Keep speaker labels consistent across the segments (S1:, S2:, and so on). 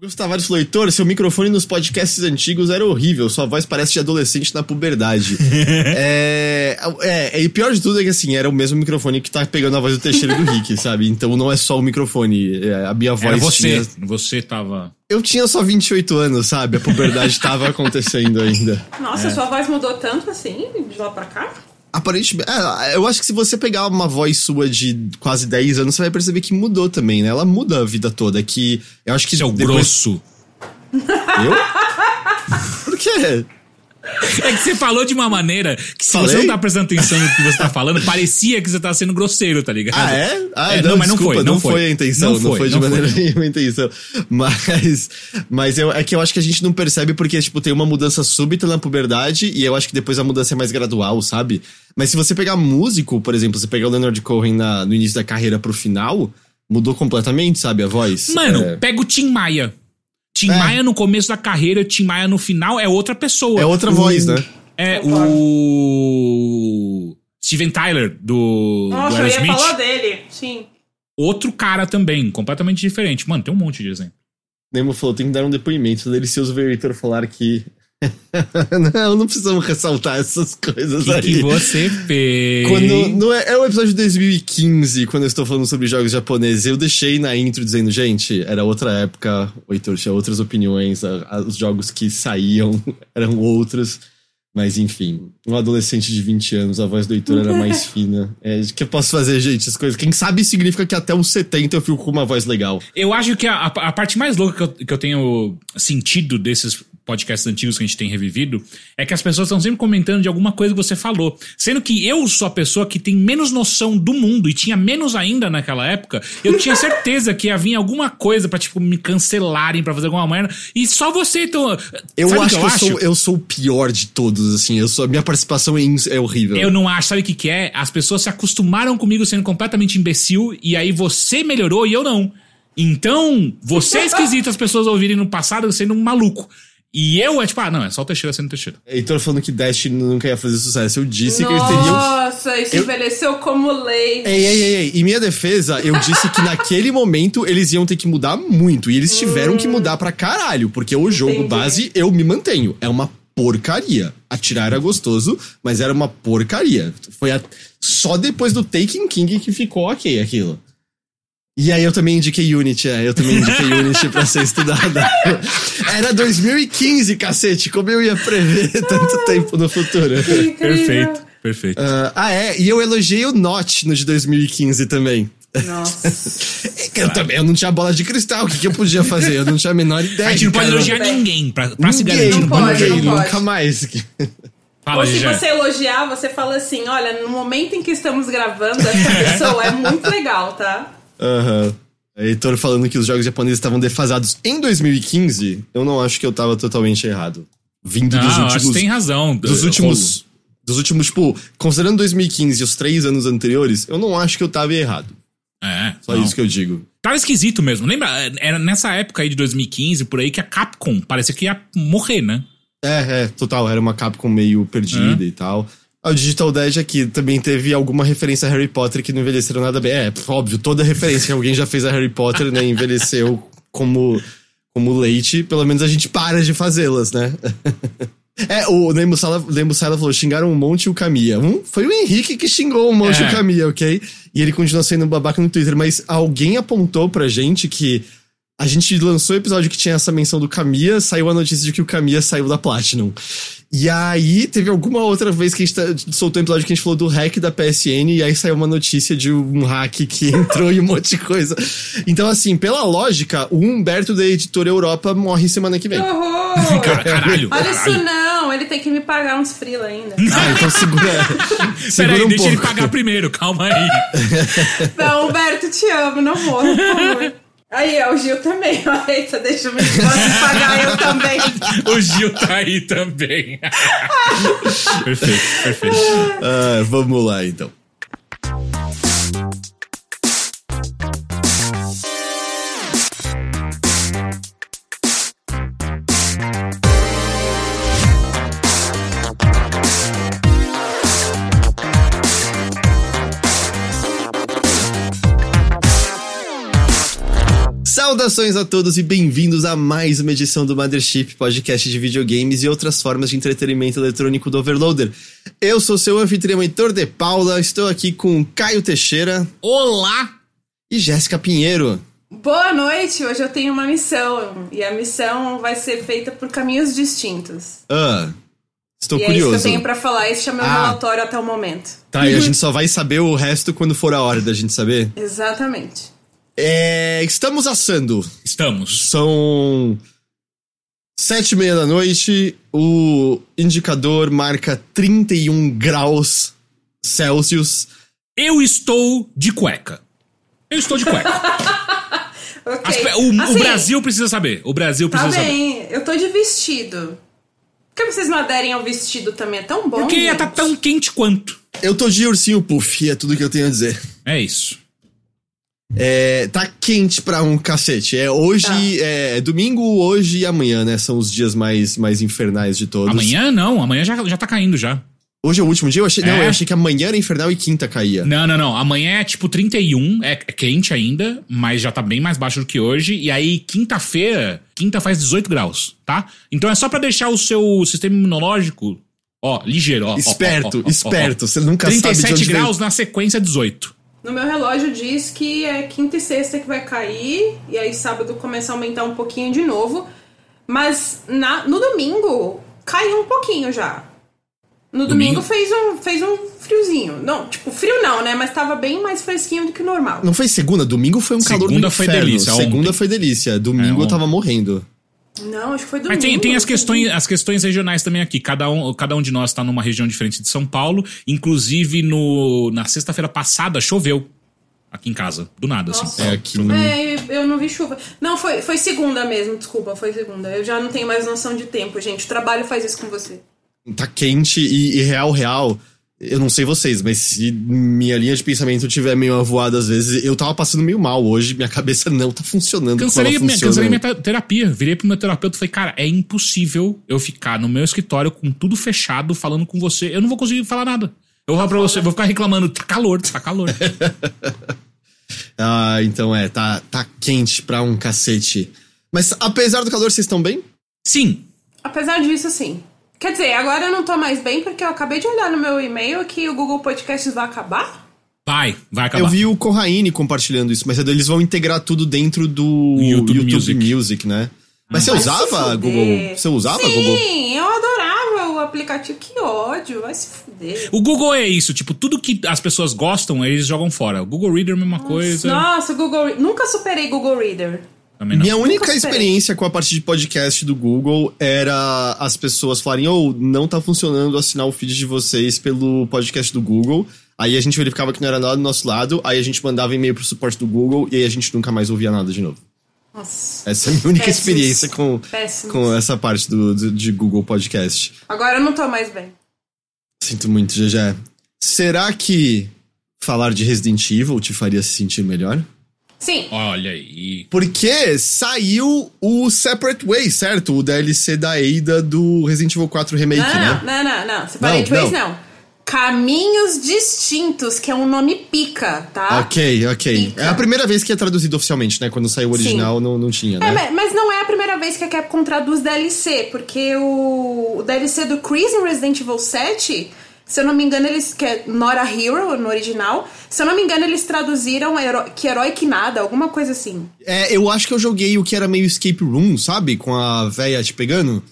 S1: Gustavo Tavares falou, Heitor, seu microfone nos podcasts antigos era horrível, sua voz parece de adolescente na puberdade. E pior de tudo é que assim, era o mesmo microfone que tá pegando a voz do Teixeira e do Rick, sabe? Então não é só o microfone, a minha voz
S2: era você tava...
S1: Eu tinha só 28 anos, sabe? A puberdade tava acontecendo ainda.
S3: Nossa, sua voz mudou tanto assim, de lá pra cá?
S1: Aparentemente, eu acho que se você pegar uma voz sua de quase 10 anos, você vai perceber que mudou também, né? Ela muda a vida toda, que eu acho que...
S2: Seu grosso.
S1: Eu? Por quê?
S2: É que você falou de uma maneira que se você não tá prestando atenção no que você tá falando, parecia que você tá sendo grosseiro, tá ligado?
S1: Não, mas desculpa, não foi a intenção. Não foi de maneira nenhuma a intenção. Mas é que eu acho que a gente não percebe porque, tipo, tem uma mudança súbita na puberdade e eu acho que depois a mudança é mais gradual, sabe? Mas se você pegar músico, por exemplo, você pegar o Leonard Cohen no início da carreira pro final, mudou completamente, sabe, a voz.
S2: Mano, pega o Tim Maia. Tim Maia no começo da carreira, Tim Maia no final é outra pessoa.
S1: É outra voz, né?
S2: O Steven Tyler do Aerosmith.
S3: Eu ia falar dele, sim.
S2: Outro cara também, completamente diferente. Mano, tem um monte de exemplo.
S1: Nemo falou, tem que dar um depoimento. Delicioso ver o Heitor falar que... não precisamos ressaltar essas coisas aí.
S2: Que você fez?
S1: É o episódio de 2015, quando eu estou falando sobre jogos japoneses. Eu deixei na intro dizendo, gente, era outra época, o Heitor tinha outras opiniões, os jogos que saíam eram outros. Mas enfim, um adolescente de 20 anos, a voz do Heitor era mais fina. O que eu posso fazer, gente? As coisas. Quem sabe significa que até os 70 eu fico com uma voz legal.
S2: Eu acho que a parte mais louca que eu tenho sentido desses podcasts antigos que a gente tem revivido é que as pessoas estão sempre comentando de alguma coisa que você falou. Sendo que eu sou a pessoa que tem menos noção do mundo e tinha menos ainda naquela época. Eu tinha certeza que ia vir alguma coisa pra, tipo, me cancelarem pra fazer alguma merda. E só você, então...
S1: Eu sou o pior de todos, assim. A minha participação é horrível.
S2: Eu não acho. Sabe o que é? As pessoas se acostumaram comigo sendo completamente imbecil e aí você melhorou e eu não. Então, você é esquisito as pessoas ouvirem no passado sendo um maluco. E eu é só o Teixeira sendo Teixeira.
S1: Heitor falando que Destiny nunca ia fazer sucesso. Eu disse que eles teriam...
S3: Nossa, isso envelheceu como lei.
S1: Ei. Em minha defesa, eu disse que naquele momento eles iam ter que mudar muito. E eles tiveram que mudar pra caralho. Porque o jogo base, eu me mantenho. É uma porcaria. Atirar era gostoso, mas era uma porcaria. Foi só depois do Taken King que ficou ok aquilo. E aí eu também indiquei Unity, Unity pra ser estudada. Era 2015, cacete, como eu ia prever tanto tempo no futuro.
S2: Perfeito.
S1: E eu elogiei o Notch no de 2015 também.
S3: Nossa.
S1: Eu não tinha bola de cristal, o que eu podia fazer? Eu não tinha a menor ideia.
S2: A gente não pode elogiar ninguém pra se garantir.
S3: Não pode.
S1: Nunca mais.
S3: Ou se você elogiar, você fala assim, olha, no momento em que estamos gravando, essa pessoa é muito legal, tá?
S1: Heitor falando que os jogos japoneses estavam defasados em 2015, eu não acho que eu tava totalmente errado. Vindo dos últimos...
S2: Acho que tem razão.
S1: Dos últimos, tipo, considerando 2015 e os 3 anos anteriores, eu não acho que eu tava errado. Isso que eu digo.
S2: Tava esquisito mesmo. Lembra? Era nessa época aí de 2015, por aí, que a Capcom parecia que ia morrer, né?
S1: Total. Era uma Capcom meio perdida e tal. O Digital Dead aqui também teve alguma referência a Harry Potter que não envelheceram nada bem. Óbvio, toda referência que alguém já fez a Harry Potter, né, envelheceu como leite. Pelo menos a gente para de fazê-las, né? O Nemo Sala falou, xingaram um monte o Kamiya. Foi o Henrique que xingou um monte o Kamiya, ok? E ele continua sendo babaca no Twitter, mas alguém apontou pra gente que a gente lançou o episódio que tinha essa menção do Kamiya, saiu a notícia de que o Kamiya saiu da Platinum. E aí, teve alguma outra vez que a gente soltou um episódio que a gente falou do hack da PSN, e aí saiu uma notícia de um hack que entrou em um monte de coisa. Então, assim, pela lógica, o Humberto da Editora Europa morre semana que vem.
S2: Caralho.
S3: Olha isso não, ele tem que me pagar uns freela ainda.
S1: Então segura
S2: Peraí, deixa
S1: pouco.
S2: ele pagar primeiro, calma aí.
S3: Não, Humberto, te amo, não morro, por favor. Aí, o Gil também. Eita, deixa eu me pagar eu também.
S2: O Gil tá aí também. Perfeito.
S1: Vamos lá, então. Saudações a todos e bem-vindos a mais uma edição do Mothership, podcast de videogames e outras formas de entretenimento eletrônico do Overloader. Eu sou seu anfitrião Heitor de Paula, estou aqui com Caio Teixeira.
S2: Olá!
S1: E Jéssica Pinheiro.
S3: Boa noite, hoje eu tenho uma missão, e a missão vai ser feita por caminhos distintos.
S1: Estou
S3: curioso.
S1: curioso.
S3: É isso que eu tenho pra falar, esse é meu relatório até o momento.
S1: Tá, e a gente só vai saber o resto quando for a hora da gente saber?
S3: Exatamente.
S1: Estamos assando.
S2: Estamos.
S1: São 7:30 da noite, o indicador marca 31 graus Celsius.
S2: Eu estou de cueca.
S3: Ok.
S2: O Brasil precisa saber. O Brasil precisa saber.
S3: Tá bem, eu tô de vestido. Por que vocês não aderem ao vestido também? É tão bom,
S2: Porque
S3: gente.
S2: tá tão quente quanto.
S1: Eu tô de ursinho puff, é tudo que eu tenho a dizer.
S2: É isso.
S1: Tá quente pra um cacete. Hoje, é domingo, hoje e amanhã, né? São os dias mais infernais de todos.
S2: Amanhã não, amanhã já tá caindo já.
S1: Hoje é o último dia? Eu achei que amanhã era infernal e quinta caía.
S2: Não. Amanhã é tipo 31, é quente ainda, mas já tá bem mais baixo do que hoje. E aí, quinta faz 18 graus, tá? Então é só pra deixar o seu sistema imunológico, ligeiro,
S1: Esperto. Você nunca
S2: 37
S1: sabe de onde
S2: graus na sequência 18.
S3: No meu relógio diz que é quinta e sexta que vai cair, e aí sábado começa a aumentar um pouquinho de novo. Mas no domingo caiu um pouquinho já. No domingo fez um friozinho. Não, tipo, frio não, né? Mas tava bem mais fresquinho do que o normal.
S1: Não foi segunda? Domingo foi um calor do inferno.
S2: Foi delícia,
S1: segunda
S2: ontem.
S1: Foi delícia. Domingo eu tava morrendo.
S3: Não, acho que foi domingo.
S2: Mas tem as questões regionais também aqui. Cada um de nós tá numa região diferente de São Paulo. Inclusive, na sexta-feira passada, choveu aqui em casa. Do nada,
S3: Nossa.
S2: assim.
S3: Eu não vi chuva. Não, foi segunda mesmo, desculpa, foi segunda. Eu já não tenho mais noção de tempo, gente. O trabalho faz isso com você.
S1: Tá quente e real. Eu não sei vocês, mas se minha linha de pensamento tiver meio avoada às vezes, eu tava passando meio mal hoje, minha cabeça não tá funcionando.
S2: Cancelei minha terapia. Virei pro meu terapeuta e falei, cara, é impossível eu ficar no meu escritório com tudo fechado, falando com você. Eu não vou conseguir falar nada. Eu vou falar pra você, vou ficar reclamando, tá calor.
S1: Então tá quente pra um cacete. Mas apesar do calor, vocês estão bem?
S2: Sim.
S3: Apesar disso, sim. Quer dizer, agora eu não tô mais bem porque eu acabei de olhar no meu e-mail que o Google Podcasts vai acabar.
S2: Vai acabar.
S1: Eu vi o Corraine compartilhando isso, mas eles vão integrar tudo dentro do YouTube Music, né? Mas você usava Google? Você usava Google?
S3: Sim, eu adorava o aplicativo. Que ódio, vai se fuder.
S2: O Google é isso, tipo, tudo que as pessoas gostam, eles jogam fora. O Google Reader é a mesma coisa.
S3: Nossa, nunca superei Google Reader.
S1: Minha única experiência com a parte de podcast do Google era as pessoas falarem, não tá funcionando assinar o feed de vocês pelo podcast do Google. Aí a gente verificava que não era nada do nosso lado, aí a gente mandava e-mail pro suporte do Google e aí a gente nunca mais ouvia nada de novo.
S3: Nossa.
S1: Essa é a minha única experiência com essa parte de Google Podcast.
S3: Agora eu não tô mais bem.
S1: Sinto muito, GG. Será que falar de Resident Evil te faria se sentir melhor?
S3: Sim.
S2: Olha aí.
S1: Porque saiu o Separate Ways, certo? O DLC da Ada do Resident Evil 4 Remake, né?
S3: Não. Separate Ways não. Caminhos Distintos, que é um nome pica, tá?
S1: Ok.
S3: Pica.
S1: É a primeira vez que é traduzido oficialmente, né? Quando saiu o original não tinha, né?
S3: Mas não é a primeira vez que a Capcom traduz DLC, porque o DLC do Chris no Resident Evil 7... Se eu não me engano, que é Not a Hero no original. Se eu não me engano, eles traduziram que herói que nada, alguma coisa assim.
S1: Eu acho que eu joguei o que era meio escape room, sabe? Com a véia te pegando.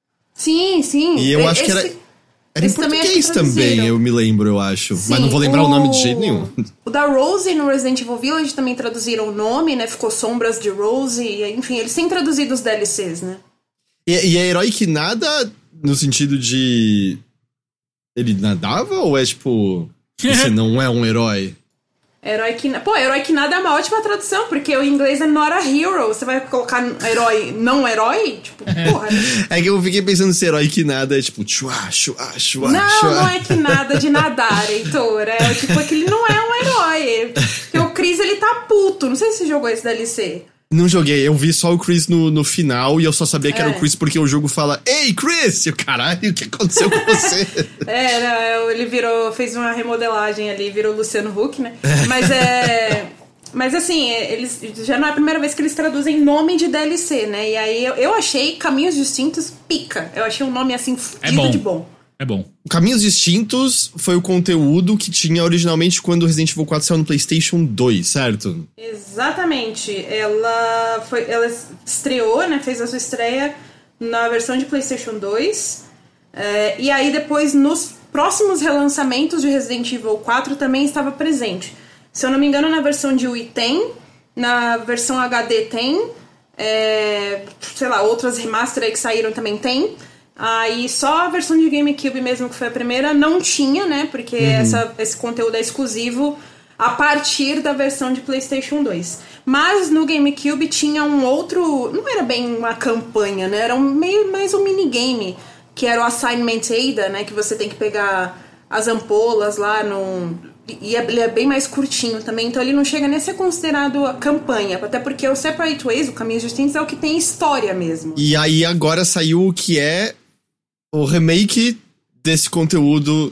S3: Sim.
S1: E eu acho que era em português também, eu me lembro, eu acho. Sim, mas não vou lembrar o nome de jeito nenhum.
S3: O da Rose no Resident Evil Village também traduziram o nome, né? Ficou Sombras de Rose. Enfim, eles têm traduzido os DLCs, né?
S1: E é herói que nada no sentido de... Ele nadava ou é tipo... Você não é um herói?
S3: Herói que nada é uma ótima tradução, porque o inglês é not a hero. Você vai colocar herói, não herói? Tipo, porra.
S1: É que eu fiquei pensando se herói que nada é tipo...
S3: Não é que nada de nadar, Heitor. É tipo que ele não é um herói. Porque o Chris, ele tá puto. Não sei se você jogou esse DLC.
S1: Não joguei, eu vi só o Chris no final e eu só sabia que era o Chris porque o jogo fala Ei, Chris! E o caralho, o que aconteceu com você?
S3: Ele fez uma remodelagem ali, virou Luciano Huck, né? Mas Mas assim, eles já não é a primeira vez que eles traduzem nome de DLC, né? E aí eu achei Caminhos Distintos pica. Eu achei um nome assim fudido de bom.
S2: É bom.
S1: Caminhos Distintos foi o conteúdo que tinha originalmente quando o Resident Evil 4 saiu no PlayStation 2, certo?
S3: Exatamente. Ela estreou, né? Fez a sua estreia na versão de PlayStation 2. E aí depois, nos próximos relançamentos de Resident Evil 4, também estava presente. Se eu não me engano, na versão de Wii tem, na versão HD tem, sei lá, outras remaster aí que saíram também tem. Aí só a versão de GameCube mesmo, que foi a primeira, não tinha, né? Porque esse conteúdo é exclusivo a partir da versão de PlayStation 2. Mas no GameCube tinha um outro... Não era bem uma campanha, né? Era meio mais um minigame, que era o Assignment Ada, né? Que você tem que pegar as ampolas lá no... E ele é bem mais curtinho também, então ele não chega nem a ser considerado a campanha. Até porque o Separate Ways, o Caminhos Distintos, é o que tem história mesmo.
S1: E aí agora saiu o que é o remake desse conteúdo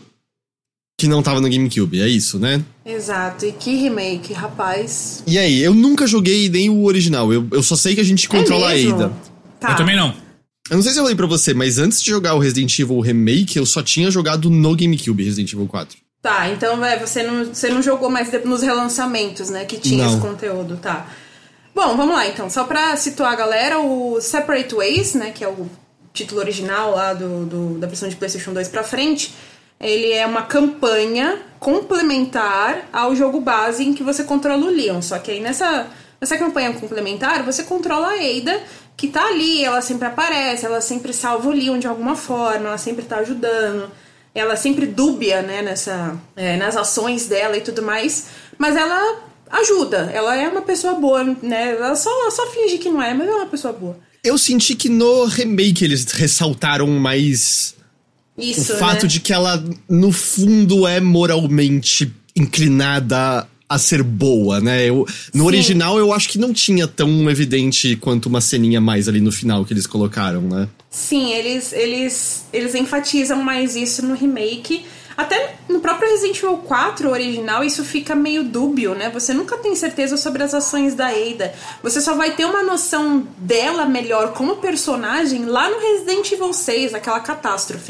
S1: que não tava no GameCube, é isso, né?
S3: Exato, e que remake, rapaz.
S1: E aí, eu nunca joguei nem o original, eu só sei que a gente controla a Ada.
S3: Tá.
S2: Eu também não.
S1: Eu não sei se eu falei pra você, mas antes de jogar o Resident Evil Remake, eu só tinha jogado no GameCube Resident Evil 4.
S3: Tá, então você não jogou mais nos relançamentos, né, que tinha
S1: Não.
S3: esse conteúdo, tá. Bom, vamos lá então, só pra situar a galera, o Separate Ways, né, que é o título original lá da versão de PlayStation 2 pra frente, ele é uma campanha complementar ao jogo base em que você controla o Leon, só que aí nessa campanha complementar você controla a Ada, que tá ali, ela sempre aparece, ela sempre salva o Leon de alguma forma, ela sempre tá ajudando, ela sempre dúbia, né, nas ações dela e tudo mais, mas ela ajuda, ela é uma pessoa boa, né, ela só finge que não é, mas é uma pessoa boa.
S1: Eu senti que no remake eles ressaltaram mais
S3: Isso,
S1: o fato
S3: né?
S1: de que ela, no fundo, é moralmente inclinada a ser boa, né? No original eu acho que não tinha tão evidente quanto uma ceninha mais ali no final que eles colocaram, né?
S3: Sim, eles enfatizam mais isso no remake. Até no próprio Resident Evil 4 original, isso fica meio dúbio, né? Você nunca tem certeza sobre as ações da Ada. Você só vai ter uma noção dela melhor como personagem lá no Resident Evil 6, aquela catástrofe.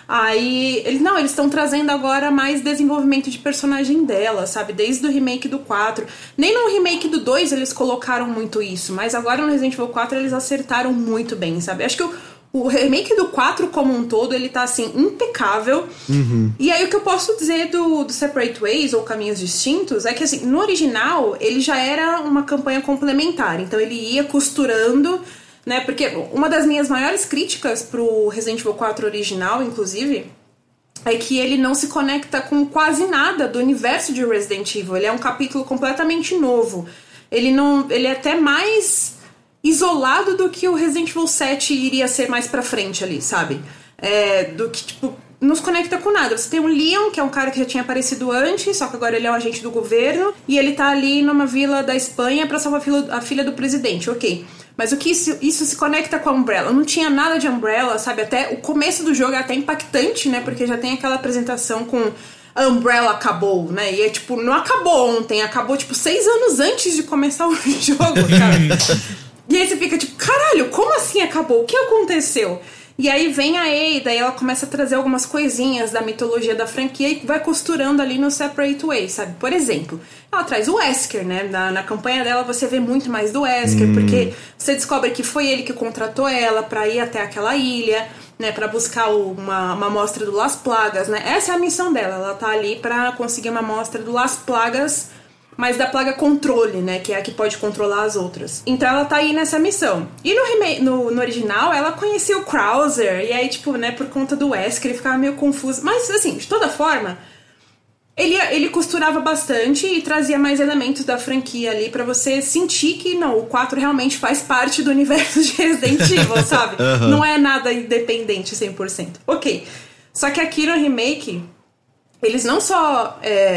S3: Aí, eles estão trazendo agora mais desenvolvimento de personagem dela, sabe? Desde o remake do 4. Nem no remake do 2 eles colocaram muito isso, mas agora no Resident Evil 4 eles acertaram muito bem, sabe? Acho que o remake do 4 como um todo, ele tá, assim, impecável. E aí o que eu posso dizer do Separate Ways, ou Caminhos Distintos, é que, assim, no original, ele já era uma campanha complementar. Então ele ia costurando, né? Porque uma das minhas maiores críticas pro Resident Evil 4 original, inclusive, é que ele não se conecta com quase nada do universo de Resident Evil. Ele é um capítulo completamente novo. Ele é até mais isolado do que o Resident Evil 7 iria ser mais pra frente ali, sabe? Do que, tipo, não se conecta com nada. Você tem o Leon, que é um cara que já tinha aparecido antes, só que agora ele é um agente do governo, e ele tá ali numa vila da Espanha pra salvar a filha do presidente, ok. Mas o que isso se conecta com a Umbrella? Não tinha nada de Umbrella, sabe? Até o começo do jogo é até impactante, né? Porque já tem aquela apresentação com a Umbrella acabou, né? E é tipo, não acabou ontem, acabou tipo 6 anos antes de começar o jogo, cara. E aí você fica tipo, caralho, como assim acabou? O que aconteceu? E aí vem a Ada e ela começa a trazer algumas coisinhas da mitologia da franquia e vai costurando ali no Separate Ways, sabe? Por exemplo, ela traz o Wesker, né? Na campanha dela você vê muito mais do Wesker, porque você descobre que foi ele que contratou ela pra ir até aquela ilha, né? Pra buscar uma amostra do Las Plagas, né? Essa é a missão dela, ela tá ali pra conseguir uma amostra do Las Plagas, mas da plaga controle, né? Que é a que pode controlar as outras. Então ela tá aí nessa missão. E no original, ela conhecia o Krauser. E aí, tipo, né, por conta do Wesker, ele ficava meio confuso. Mas, assim, de toda forma, ele costurava bastante e trazia mais elementos da franquia ali pra você sentir que, não, o 4 realmente faz parte do universo de Resident Evil, sabe? Não é nada independente 100%. Ok. Só que aqui no remake, eles não só...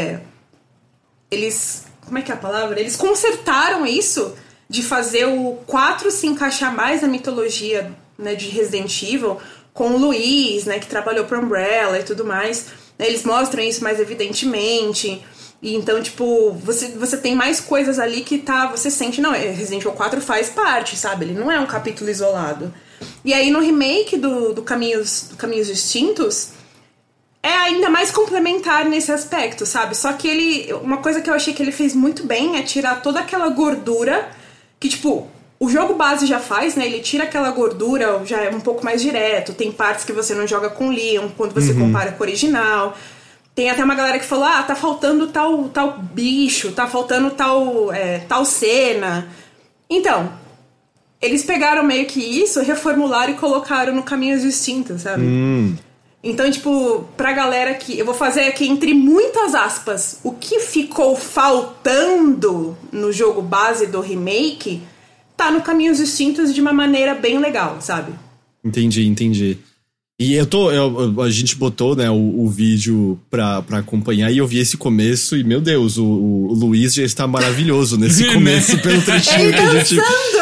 S3: Como é que é a palavra? Eles consertaram isso de fazer o 4 se encaixar mais na mitologia, né, de Resident Evil, com o Luiz, né, que trabalhou pra Umbrella e tudo mais. Eles mostram isso mais evidentemente. E então, tipo, você tem mais coisas ali que você sente, não, Resident Evil 4 faz parte, sabe? Ele não é um capítulo isolado. E aí no remake do Caminhos Distintos, é ainda mais complementar nesse aspecto, sabe? Só que uma coisa que eu achei que ele fez muito bem é tirar toda aquela gordura que, tipo, o jogo base já faz, né? Ele tira aquela gordura, já é um pouco mais direto. Tem partes que você não joga com o Leon quando você compara com o original. Tem até uma galera que falou, tá faltando tal bicho, tá faltando tal cena. Então, eles pegaram meio que isso, reformularam e colocaram no Caminhos Distintos, sabe? Então, tipo, pra galera que... Eu vou fazer aqui entre muitas aspas. O que ficou faltando no jogo base do remake tá no Caminhos Distintos de uma maneira bem legal, sabe?
S1: Entendi. E a gente botou, né, o vídeo pra acompanhar e eu vi esse começo e, meu Deus, o Luiz já está maravilhoso nesse começo, pelo trechinho que a gente...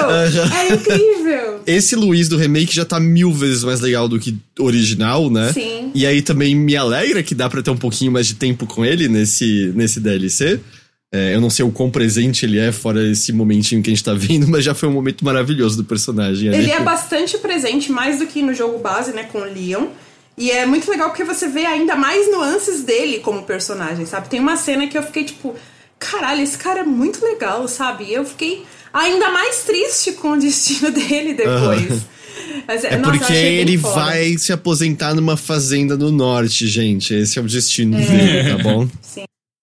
S3: É incrível!
S1: Esse Luiz do remake já tá 1000 vezes mais legal do que o original, né?
S3: Sim.
S1: E aí também me alegra que dá pra ter um pouquinho mais de tempo com ele nesse DLC. Eu não sei o quão presente ele é, fora esse momentinho que a gente tá vendo, mas já foi um momento maravilhoso do personagem.
S3: Ele é bastante presente, mais do que no jogo base, né, com o Leon. E é muito legal porque você vê ainda mais nuances dele como personagem, sabe? Tem uma cena que eu fiquei tipo, caralho, esse cara é muito legal, sabe? E eu fiquei ainda mais triste com o destino dele depois. Mas,
S1: porque ele vai se aposentar numa fazenda no norte, gente. Esse é o destino dele, tá bom?
S3: Sim.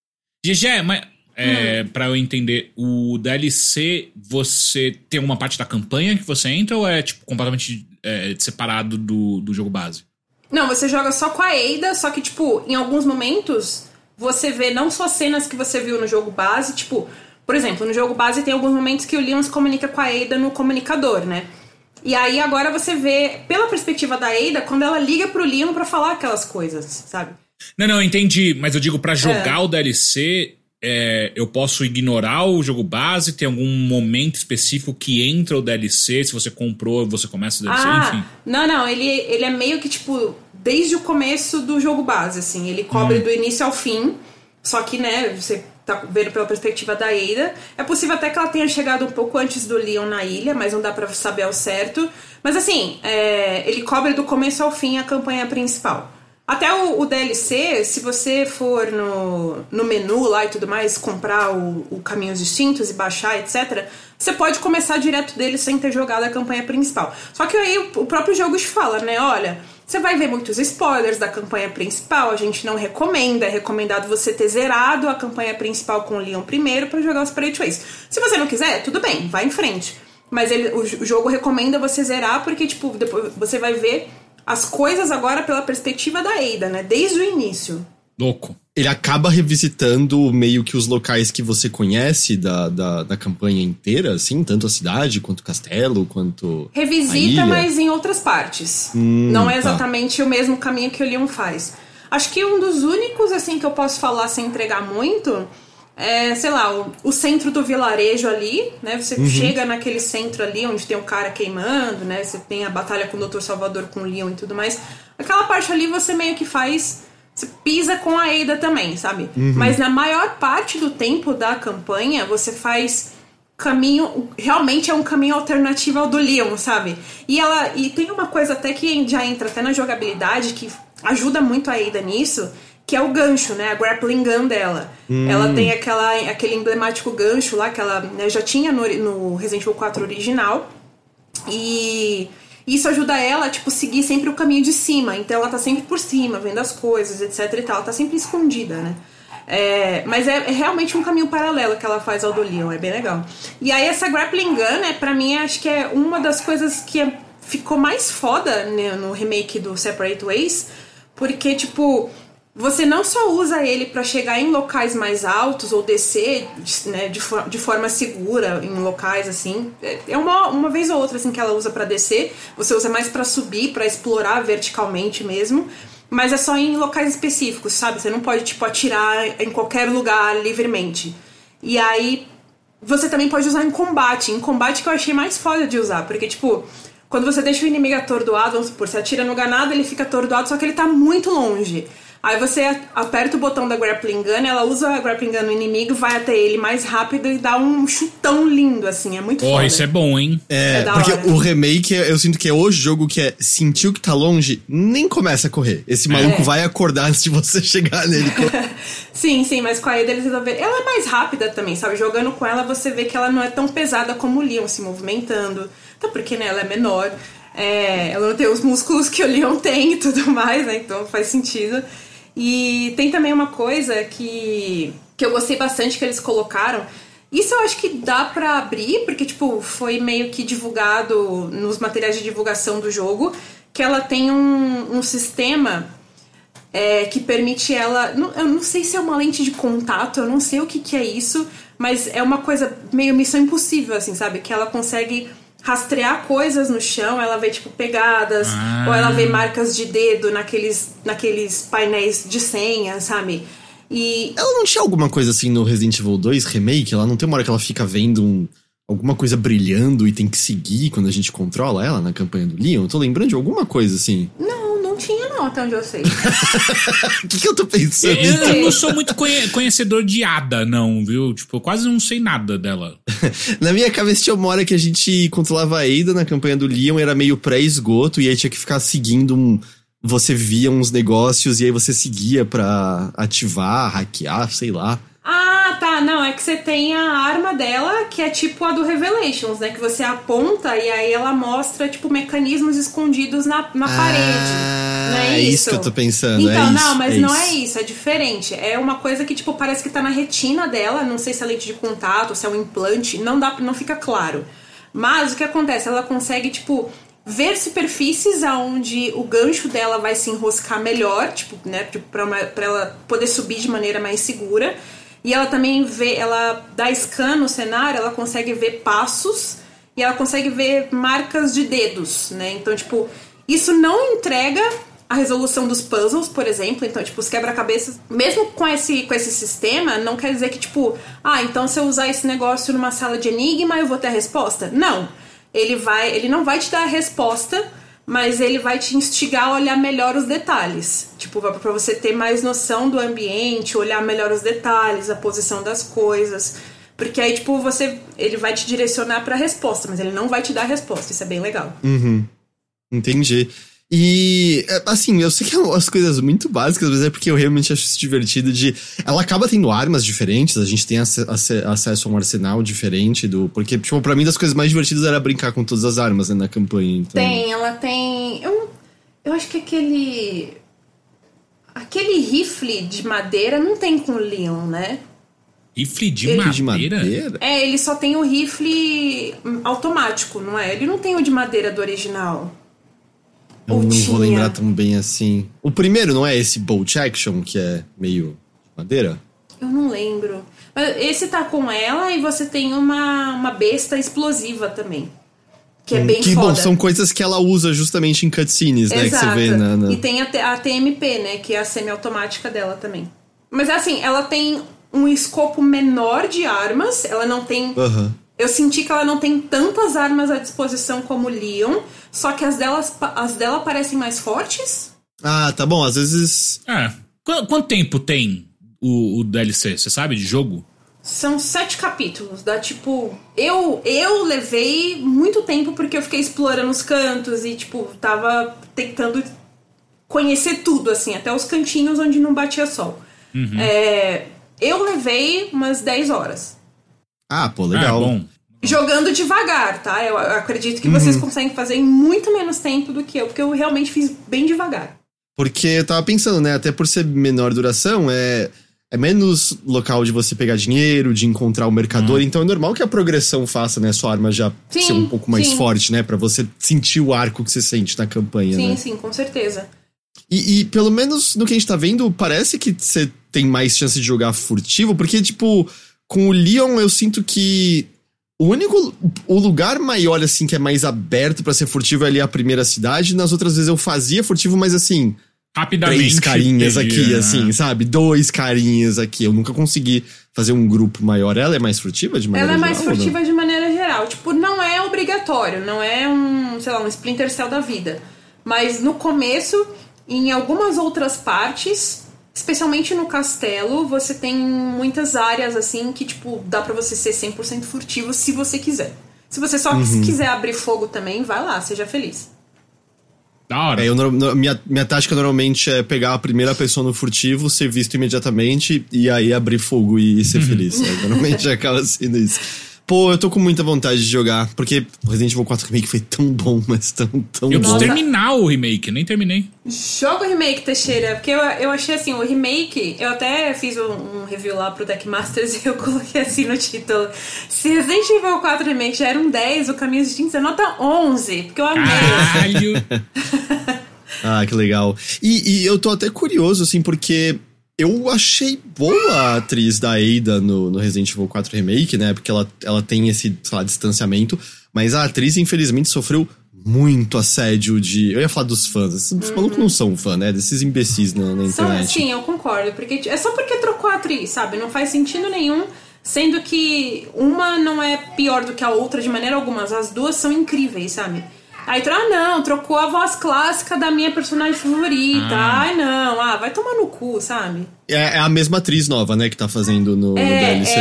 S2: GG, mas... pra eu entender, o DLC, você tem uma parte da campanha que você entra ou é tipo completamente separado do jogo base?
S3: Não, você joga só com a Ada, só que tipo, em alguns momentos você vê não só cenas que você viu no jogo base, tipo, por exemplo, no jogo base tem alguns momentos que o Leon se comunica com a Ada no comunicador, né? E aí agora você vê, pela perspectiva da Ada, quando ela liga pro Leon pra falar aquelas coisas, sabe?
S2: Não, entendi, mas eu digo pra jogar o DLC... eu posso ignorar o jogo base? Tem algum momento específico que entra o DLC? Se você comprou, você começa o DLC, enfim.
S3: Não, ele é meio que tipo desde o começo do jogo base, assim. Ele cobre do início ao fim. Só que, né, você tá vendo pela perspectiva da Ada. É possível até que ela tenha chegado um pouco antes do Leon na ilha, mas não dá pra saber ao certo. Mas assim, ele cobre do começo ao fim a campanha principal. Até o DLC, se você for no menu lá e tudo mais, comprar o Caminhos Distintos e baixar, etc., você pode começar direto dele sem ter jogado a campanha principal. Só que aí o próprio jogo te fala, né? Olha, você vai ver muitos spoilers da campanha principal, a gente não recomenda, é recomendado você ter zerado a campanha principal com o Leon primeiro pra jogar os Separate Ways. Se você não quiser, tudo bem, vai em frente. Mas o jogo recomenda você zerar porque, tipo, depois você vai ver as coisas agora pela perspectiva da Ada, né? Desde o início.
S2: Louco.
S1: Ele acaba revisitando meio que os locais que você conhece da campanha inteira, assim? Tanto a cidade, quanto o castelo, quanto
S3: revisita,
S1: a ilha.
S3: Mas em outras partes. Não é exatamente o mesmo caminho que o Leon faz. Acho que um dos únicos, assim, que eu posso falar sem entregar muito... sei lá, o centro do vilarejo ali, né? Você chega naquele centro ali onde tem o cara queimando, né? Você tem a batalha com o Dr. Salvador, com o Leon e tudo mais. Aquela parte ali você meio que faz... Você pisa com a Ada também, sabe? Mas na maior parte do tempo da campanha, você faz caminho... Realmente é um caminho alternativo ao do Leon, sabe? E tem uma coisa até que já entra até na jogabilidade, que ajuda muito a Ada nisso... Que é o gancho, né? A grappling gun dela. Ela tem aquele emblemático gancho lá que ela, né, já tinha no Resident Evil 4 original. E isso ajuda ela, tipo, seguir sempre o caminho de cima. Então ela tá sempre por cima, vendo as coisas, etc e tal. Ela tá sempre escondida, né? Mas é realmente um caminho paralelo que ela faz ao do Leon. É bem legal. E aí essa grappling gun, né? Pra mim, acho que é uma das coisas que ficou mais foda, né, no remake do Separate Ways. Porque, tipo... Você não só usa ele pra chegar em locais mais altos ou descer, né, de forma segura em locais assim. É uma vez ou outra assim que ela usa pra descer. Você usa mais pra subir, pra explorar verticalmente mesmo. Mas é só em locais específicos, sabe? Você não pode, tipo, atirar em qualquer lugar livremente. E aí, você também pode usar em combate. Em combate que eu achei mais foda de usar. Porque, tipo, quando você deixa o inimigo atordoado, vamos supor, você atira no ganado, ele fica atordoado, só que ele tá muito longe. Aí você aperta o botão da grappling gun, ela usa a grappling gun no inimigo, vai até ele mais rápido e dá um chutão lindo, assim, é muito foda.
S2: Isso é bom, hein?
S1: Porque o remake, eu sinto que é o jogo que sentiu que tá longe, nem começa a correr. Esse maluco vai acordar antes de você chegar nele.
S3: Sim, mas com a Ada eles resolveram... Ela é mais rápida também, sabe? Jogando com ela, você vê que ela não é tão pesada como o Leon, se movimentando. Até porque, né, ela é menor. Ela não tem os músculos que o Leon tem e tudo mais, né? Então faz sentido. E tem também uma coisa que eu gostei bastante que eles colocaram. Isso eu acho que dá pra abrir, porque, tipo, foi meio que divulgado nos materiais de divulgação do jogo, que ela tem um sistema que permite ela... Eu não sei se é uma lente de contato, eu não sei o que é isso, mas é uma coisa meio missão impossível, assim, sabe? Que ela consegue rastrear coisas no chão, ela vê, tipo, pegadas, ou ela vê marcas de dedo naqueles painéis de senha, sabe? E... Ela
S1: não tinha alguma coisa assim no Resident Evil 2 Remake? Ela não tem uma hora que ela fica vendo alguma coisa brilhando e tem que seguir quando a gente controla ela na campanha do Leon? Eu tô lembrando de alguma coisa assim.
S3: Não tinha não, até onde eu sei.
S1: O que eu tô pensando?
S2: Eu não sou muito conhecedor de Ada, não, viu? Tipo, eu quase não sei nada dela.
S1: Na minha cabeça tinha uma hora que a gente controlava a Ada na campanha do Leon, era meio pré-esgoto, e aí tinha que ficar seguindo você via uns negócios e aí você seguia pra ativar, hackear, sei lá.
S3: Ah, tá, não, é que você tem a arma dela, que é tipo a do Revelations, né, que você aponta e aí ela mostra, tipo, mecanismos escondidos na parede, não é
S1: isso que eu tô pensando.
S3: Então, não, mas não é isso, é diferente, é uma coisa que, tipo, parece que tá na retina dela, não sei se é lente de contato, se é um implante, não fica claro, mas o que acontece, ela consegue, tipo... ver superfícies aonde o gancho dela vai se enroscar melhor, tipo, né, pra ela poder subir de maneira mais segura. E ela também vê, ela dá scan no cenário, ela consegue ver passos e ela consegue ver marcas de dedos, né? Então, tipo, isso não entrega a resolução dos puzzles, por exemplo. Então, tipo, os quebra-cabeças, mesmo com esse sistema, não quer dizer que, tipo, então se eu usar esse negócio numa sala de enigma, eu vou ter a resposta. Não. Ele não vai te dar a resposta, mas ele vai te instigar a olhar melhor os detalhes. Tipo, pra você ter mais noção do ambiente, olhar melhor os detalhes, a posição das coisas. Porque aí, tipo, ele vai te direcionar pra resposta, mas ele não vai te dar a resposta. Isso é bem legal.
S1: Uhum. Entendi. E, assim, eu sei que é umas coisas muito básicas, mas é porque eu realmente acho isso divertido ela acaba tendo armas diferentes, a gente tem acesso a um arsenal diferente porque, tipo, pra mim das coisas mais divertidas era brincar com todas as armas, né, na campanha. Então...
S3: Ela tem... Eu acho que aquele rifle de madeira não tem com o Leon, né?
S2: Rifle de madeira?
S3: Ele só tem o rifle automático, não é? Ele não tem o de madeira do original.
S1: Eu não vou lembrar tão bem assim. O primeiro não é esse Bolt Action, que é meio de madeira?
S3: Eu não lembro. Mas esse tá com ela e você tem uma besta explosiva também. Que é bem foda.
S1: Bom, são coisas que ela usa justamente em cutscenes, né?
S3: Exato.
S1: Que você vê
S3: E tem a TMP, né? Que é a semi-automática dela também. Mas assim, ela tem um escopo menor de armas. Ela não tem... Eu senti que ela não tem tantas armas à disposição como o Leon, só que as dela parecem mais fortes.
S1: Ah, tá bom, às vezes...
S2: Quanto tempo tem o DLC, você sabe, de jogo?
S3: São 7 capítulos, dá tipo... Eu levei muito tempo porque eu fiquei explorando os cantos e, tipo, tava tentando conhecer tudo, assim, até os cantinhos onde não batia sol.
S2: Uhum.
S3: Eu levei umas 10 horas.
S1: Ah, pô, legal.
S2: Bom.
S3: Jogando devagar, tá? Eu acredito que vocês conseguem fazer em muito menos tempo do que eu, porque eu realmente fiz bem devagar.
S1: Porque eu tava pensando, né? Até por ser menor duração, é menos local de você pegar dinheiro, de encontrar o mercador. Então é normal que a progressão faça, né? Sua arma já ser um pouco mais forte, né? Pra você sentir o arco que você sente na campanha, né?
S3: Sim, com certeza.
S1: E pelo menos no que a gente tá vendo, parece que você tem mais chance de jogar furtivo. Porque, tipo, com o Leon eu sinto que... O lugar maior, assim, que é mais aberto pra ser furtivo é ali a primeira cidade. Nas outras vezes eu fazia furtivo, mas assim...
S2: Rapidamente.
S1: 3 carinhas aqui, assim, sabe? 2 carinhas aqui. Eu nunca consegui fazer um grupo maior. Ela é mais furtiva de maneira geral?
S3: Ela é mais furtiva de maneira geral. Tipo, não é obrigatório. Não é um Splinter Cell da vida. Mas no começo, em algumas outras partes... Especialmente no castelo, você tem muitas áreas, assim, que, tipo, dá pra você ser 100% furtivo se você quiser. Se você só quiser abrir fogo também, vai lá, seja feliz.
S2: Da hora.
S1: Minha tática normalmente é pegar a primeira pessoa no furtivo, ser visto imediatamente e aí abrir fogo e ser feliz. Normalmente acaba sendo isso. Pô, eu tô com muita vontade de jogar, porque o Resident Evil 4 Remake foi tão bom, mas tão
S2: eu
S1: bom.
S2: preciso terminar o remake, nem terminei.
S3: Joga o remake, Teixeira, porque eu achei assim, o remake, eu até fiz um review lá pro Tech Masters e eu coloquei assim no título: se Resident Evil 4 Remake já era um 10, o Caminho de Tinta é nota 11, porque eu amei.
S2: Caralho!
S1: Ah, que legal. E eu tô até curioso, assim, porque eu achei boa a atriz da Ada no Resident Evil 4 Remake, né? Porque ela tem esse, sei lá, distanciamento. Mas a atriz, infelizmente, sofreu muito assédio de... Eu ia falar dos fãs. Esses malucos não são fã, né? Desses imbecis na internet.
S3: Sim, eu concordo. Porque é só porque trocou a atriz, sabe? Não faz sentido nenhum. Sendo que uma não é pior do que a outra de maneira alguma. As duas são incríveis, sabe? Aí, não, trocou a voz clássica da minha personagem favorita. Ai, não, vai tomar no cu, sabe?
S1: É a mesma atriz nova, né, que tá fazendo no DLC.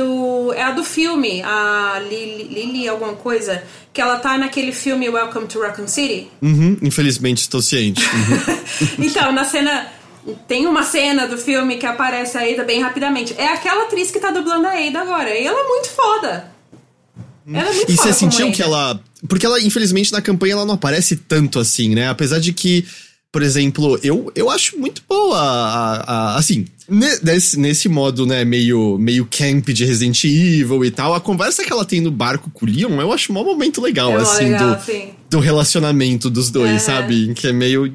S3: É a do filme, a Lily alguma coisa, que ela tá naquele filme Welcome to Raccoon City.
S1: Infelizmente estou ciente.
S3: Então, na cena... Tem uma cena do filme que aparece a Ada bem rapidamente. É aquela atriz que tá dublando a Ada agora. E ela é muito foda. Ela é muito foda.
S1: E você sentiu que ela... Porque ela, infelizmente, na campanha ela não aparece tanto assim, né? Apesar de que, por exemplo, eu acho muito boa assim, nesse modo, né, meio camp de Resident Evil e tal, a conversa que ela tem no barco com o Leon, eu acho um momento legal, assim,
S3: legal,
S1: do relacionamento dos dois, sabe? Que é meio,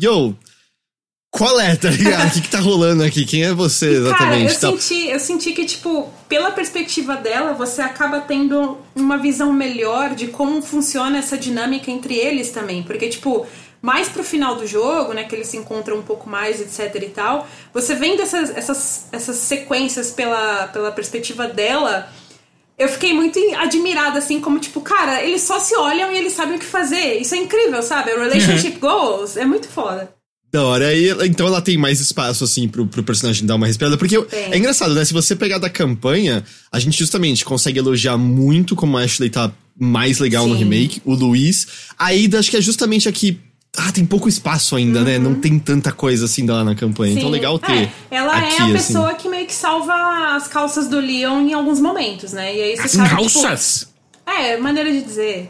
S1: qual é, tá ligado? O que tá rolando aqui? Quem é você, exatamente?
S3: Cara, eu senti que, tipo, pela perspectiva dela, você acaba tendo uma visão melhor de como funciona essa dinâmica entre eles também. Porque, tipo, mais pro final do jogo, né, que eles se encontram um pouco mais, etc e tal, você vendo essas sequências pela perspectiva dela, eu fiquei muito admirada, assim, como, tipo, cara, eles só se olham e eles sabem o que fazer. Isso é incrível, sabe? A relationship goals é muito foda.
S1: Da hora, então ela tem mais espaço, assim, pro personagem dar uma respirada, porque é engraçado, né, se você pegar da campanha, a gente justamente consegue elogiar muito como a Ashley tá mais legal no remake, o Luiz, a Ada acho que é justamente aqui, tem pouco espaço ainda, né, não tem tanta coisa assim dela na campanha, então legal ter
S3: ela
S1: aqui,
S3: é a pessoa assim, que meio que salva as calças do Leon em alguns momentos, né, e aí você sabe,
S2: calças?
S3: Tipo, maneira de dizer.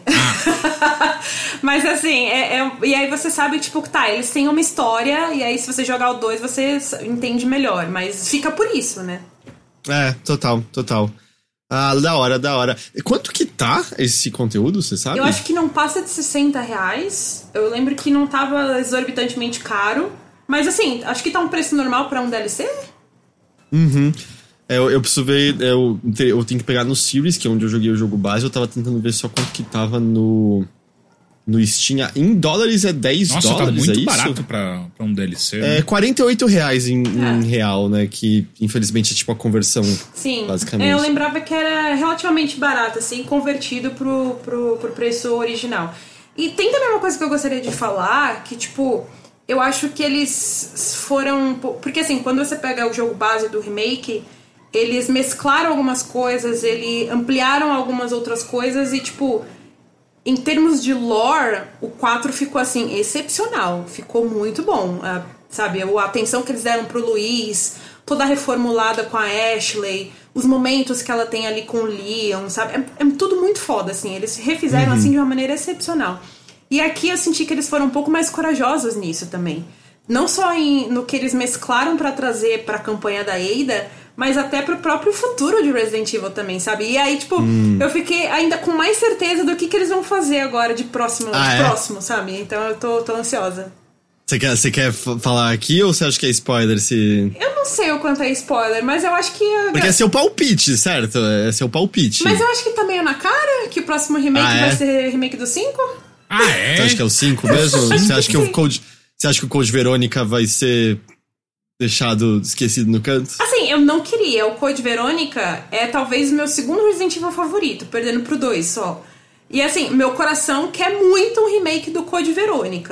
S3: Mas assim, e aí você sabe, tipo, eles têm uma história, e aí se você jogar o 2, você entende melhor, mas fica por isso, né?
S1: Total. Da hora. Quanto que tá esse conteúdo, você sabe?
S3: Eu acho que não passa de R$60. Eu lembro que não tava exorbitantemente caro, mas assim, acho que tá um preço normal pra um DLC?
S1: Eu preciso ver, eu tenho que pegar no Series, que é onde eu joguei o jogo base, eu tava tentando ver só quanto que tava no Steam. Em dólares é $10.
S2: Nossa, tá muito
S1: isso?
S2: barato pra um DLC.
S1: É R$48 em real, né? Que infelizmente é tipo a conversão.
S3: Sim,
S1: basicamente.
S3: Eu lembrava que era relativamente barato, assim, convertido pro preço original. E tem também uma coisa que eu gostaria de falar, que tipo, eu acho que eles foram... Porque assim, quando você pega o jogo base do remake, eles mesclaram algumas coisas, eles ampliaram algumas outras coisas e, tipo, em termos de lore, o 4 ficou, assim, excepcional. Ficou muito bom, sabe? A atenção que eles deram pro Luiz, toda reformulada com a Ashley, os momentos que ela tem ali com o Leon, sabe? É tudo muito foda, assim. Eles refizeram, assim, de uma maneira excepcional. E aqui eu senti que eles foram um pouco mais corajosos nisso também. Não só no que eles mesclaram pra trazer pra campanha da Ada, mas até pro próprio futuro de Resident Evil também, sabe? E aí, tipo, eu fiquei ainda com mais certeza do que eles vão fazer agora de próximo, próximo, sabe? Então eu tô ansiosa.
S1: Você quer falar aqui ou você acha que é spoiler?
S3: Eu não sei o quanto é spoiler, mas eu acho que...
S1: Porque é seu palpite, certo? É seu palpite.
S3: Mas eu acho que tá meio na cara que o próximo remake vai ser remake do 5.
S1: Você acha que é o 5 mesmo? Você acha que Você acha que o Code Verônica vai ser deixado esquecido no canto?
S3: Assim, eu não queria. O Code Verônica é talvez o meu segundo Resident Evil favorito, perdendo pro 2 só. E assim, meu coração quer muito um remake do Code Verônica.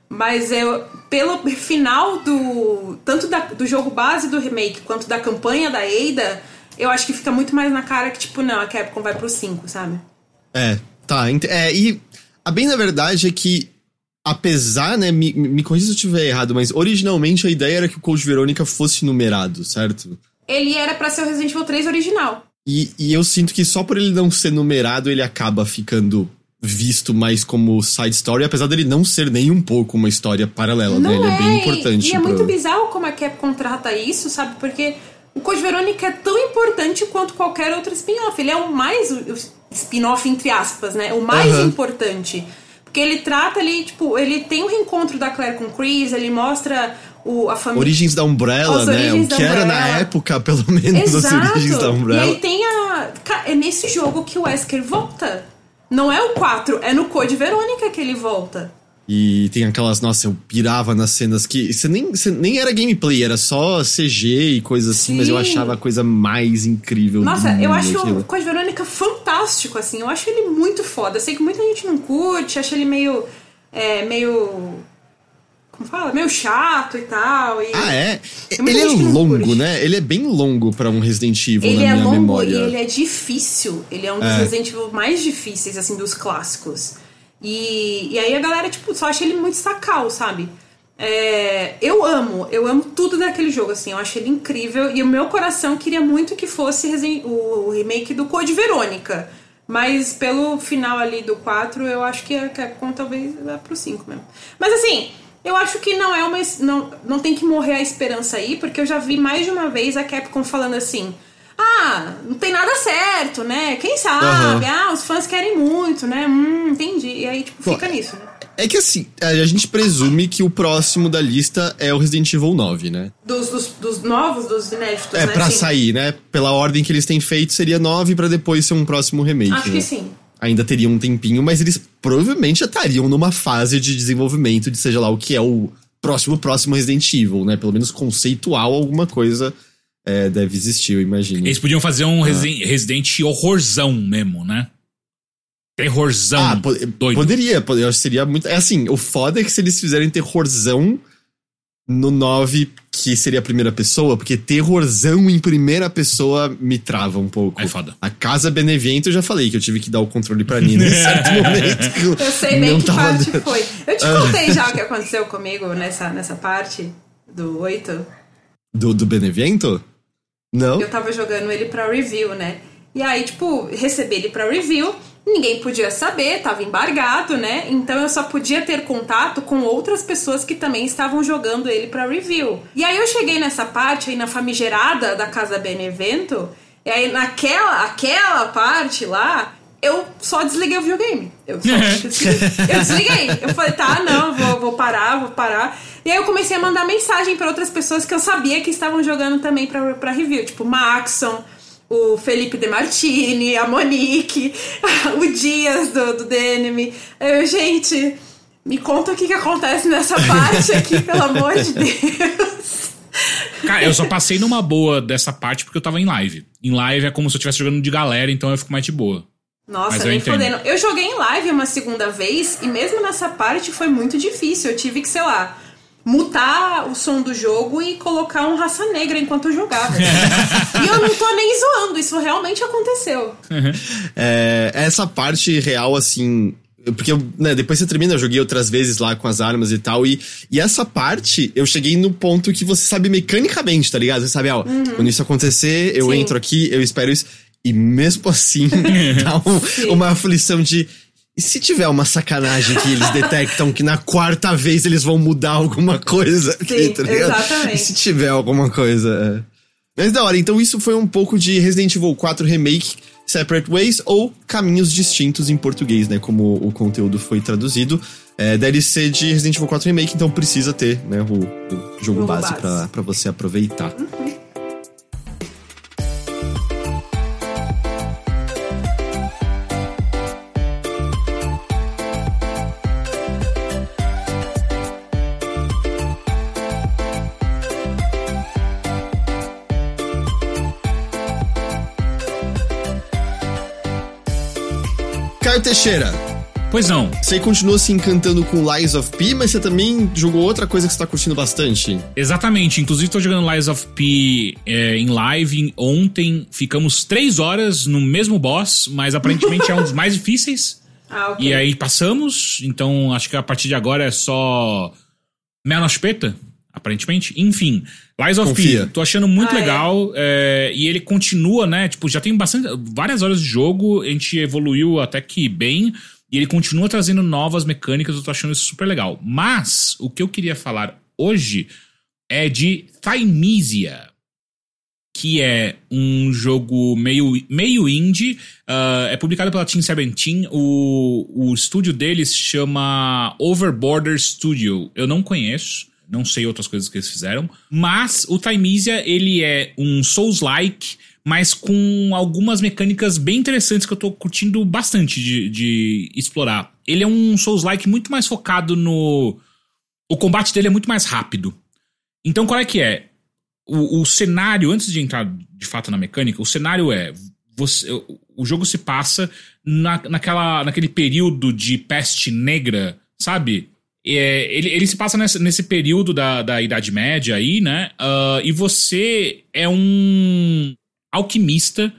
S3: Mas pelo final tanto do jogo base do remake quanto da campanha da Ada, eu acho que fica muito mais na cara que, tipo, não, a Capcom vai pro 5, sabe?
S1: Tá. E a bem na verdade é que, apesar, né, me corrija se eu estiver errado, mas originalmente a ideia era que o Code Verônica fosse numerado, certo?
S3: Ele era pra ser o Resident Evil 3 original.
S1: E eu sinto que só por ele não ser numerado, ele acaba ficando visto mais como side story, apesar dele não ser nem um pouco uma história paralela, né? Ele é bem importante.
S3: E é muito bizarro como a Capcom trata isso, sabe? Porque o Code Verônica é tão importante quanto qualquer outro spin-off. Ele é o spin-off, entre aspas, né? O mais importante. Porque ele trata ali, tipo, ele tem o reencontro da Claire com o Chris, ele mostra a família...
S1: Origens da Umbrella, né? O que era na época, pelo menos, as origens da Umbrella.
S3: E aí tem é nesse jogo que o Wesker volta. Não é o 4, é no Code Verônica que ele volta.
S1: E tem aquelas, nossa, eu pirava nas cenas que... Você nem era gameplay, era só CG e coisa assim,
S3: Sim.
S1: Mas eu achava a coisa mais incrível do mundo.
S3: Eu acho o Code Verônica fantástico, assim. Eu acho ele muito foda. Eu sei que muita gente não curte, acha ele meio... Como fala? Meio chato e tal.
S1: Ele é longo, né? Ele é bem longo pra um Resident Evil,
S3: ele
S1: na minha memória.
S3: E ele é difícil. Ele é um dos Resident Evil mais difíceis, assim, dos clássicos. E aí a galera, tipo, só acha ele muito sacal, sabe? Eu amo tudo daquele jogo, assim. Eu acho ele incrível. E o meu coração queria muito que fosse o remake do Code Verônica. Mas pelo final ali do 4, eu acho que a Capcom talvez vá pro 5 mesmo. Mas assim... Eu acho que não tem que morrer a esperança aí, porque eu já vi mais de uma vez a Capcom falando assim: não tem nada certo, né? Quem sabe? Os fãs querem muito, né? Entendi. E aí, tipo, fica nisso, né?
S1: É que assim, a gente presume que o próximo da lista é o Resident Evil 9, né?
S3: Dos novos, dos inéditos, né?
S1: Pra sair, né? Pela ordem que eles têm feito, seria 9 pra depois ser um próximo remake.
S3: Acho que sim.
S1: Ainda teria um tempinho, mas eles provavelmente já estariam numa fase de desenvolvimento de seja lá o que é o próximo Resident Evil, né? Pelo menos conceitual, alguma coisa deve existir, eu imagino.
S2: Eles podiam fazer um Resident horrorzão mesmo, né? Terrorzão doido.
S1: Poderia, eu acho que seria muito... assim, o foda é que se eles fizerem terrorzão no 9, que seria a primeira pessoa, porque terrorzão em primeira pessoa me trava um pouco.
S2: É foda.
S1: A Casa Benevento, eu já falei que eu tive que dar o controle pra Nina em certo momento.
S3: Eu sei bem que parte foi. Eu te contei já o que aconteceu comigo nessa parte do 8.
S1: Do Benevento? Não?
S3: Eu tava jogando ele pra review, né? E aí, tipo, recebi ele pra review... Ninguém podia saber, tava embargado, né? Então eu só podia ter contato com outras pessoas que também estavam jogando ele pra review. E aí eu cheguei nessa parte aí na famigerada da Casa Benevento, e aí aquela parte lá, eu só desliguei o videogame. Eu desliguei. Eu falei, vou parar. E aí eu comecei a mandar mensagem pra outras pessoas que eu sabia que estavam jogando também pra review, tipo Maxon, o Felipe De Martini, a Monique, o Dias do The Enemy. Gente, me conta o que acontece nessa parte aqui, pelo amor de Deus.
S2: Cara, eu só passei numa boa dessa parte porque eu tava em live. Em live é como se eu estivesse jogando de galera, então eu fico mais de boa.
S3: Nossa, nem fodendo. Eu joguei em live uma segunda vez e mesmo nessa parte foi muito difícil. Eu tive que, sei lá, mutar o som do jogo e colocar um Raça Negra enquanto eu jogava. E eu não tô nem zoando, isso realmente aconteceu.
S1: Essa parte real, assim... Porque depois você termina, eu joguei outras vezes lá com as armas e tal, e essa parte eu cheguei no ponto que você sabe mecanicamente, tá ligado? Você sabe, quando isso acontecer, eu entro aqui, eu espero isso, e mesmo assim dá uma aflição de... E se tiver uma sacanagem que eles detectam que na quarta vez eles vão mudar alguma coisa aqui, tá ligado?
S3: Exatamente.
S1: E se tiver alguma coisa, Mas da hora, então isso foi um pouco de Resident Evil 4 Remake, Separate Ways, ou Caminhos Distintos em português, né? Como o conteúdo foi traduzido. DLC de Resident Evil 4 Remake, então precisa ter, né, o jogo base pra você aproveitar. Caio Teixeira,
S2: Pois não.
S1: Você continua se encantando com Lies of P, mas você também jogou outra coisa que você tá curtindo bastante.
S2: Exatamente. Inclusive, tô jogando Lies of P em live. Ontem ficamos 3 horas no mesmo boss, mas aparentemente é um dos mais difíceis.
S3: Ok.
S2: E aí passamos. Então, acho que a partir de agora é só mel na chupeta, aparentemente. Enfim, Lies of P, tô achando muito legal. E ele continua, né? Tipo, já tem várias horas de jogo. A gente evoluiu até que bem. E ele continua trazendo novas mecânicas, eu tô achando isso super legal. Mas, o que eu queria falar hoje é de Thymesia, que é um jogo meio indie, é publicado pela Team 17, o estúdio deles chama Overborder Studio, eu não conheço, não sei outras coisas que eles fizeram, mas o Thymesia, ele é um Souls-like, mas com algumas mecânicas bem interessantes que eu tô curtindo bastante de explorar. Ele é um Souls-like muito mais focado no... O combate dele é muito mais rápido. Então, qual é que é? O cenário, antes de entrar de fato na mecânica, o cenário é... o jogo se passa naquele período de peste negra, sabe? Ele se passa nesse período da Idade Média aí, né? E você é um alquimista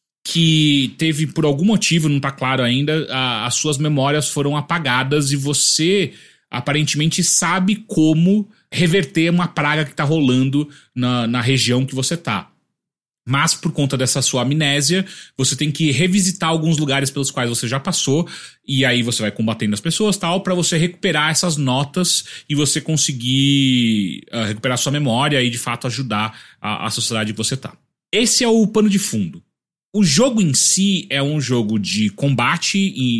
S2: que teve, por algum motivo, não tá claro ainda, as suas memórias foram apagadas e você aparentemente sabe como reverter uma praga que tá rolando na região que você tá. Mas por conta dessa sua amnésia, você tem que revisitar alguns lugares pelos quais você já passou, e aí você vai combatendo as pessoas tal, pra você recuperar essas notas e você conseguir recuperar sua memória e de fato ajudar a sociedade que você tá. Esse é o pano de fundo. O jogo em si é um jogo de combate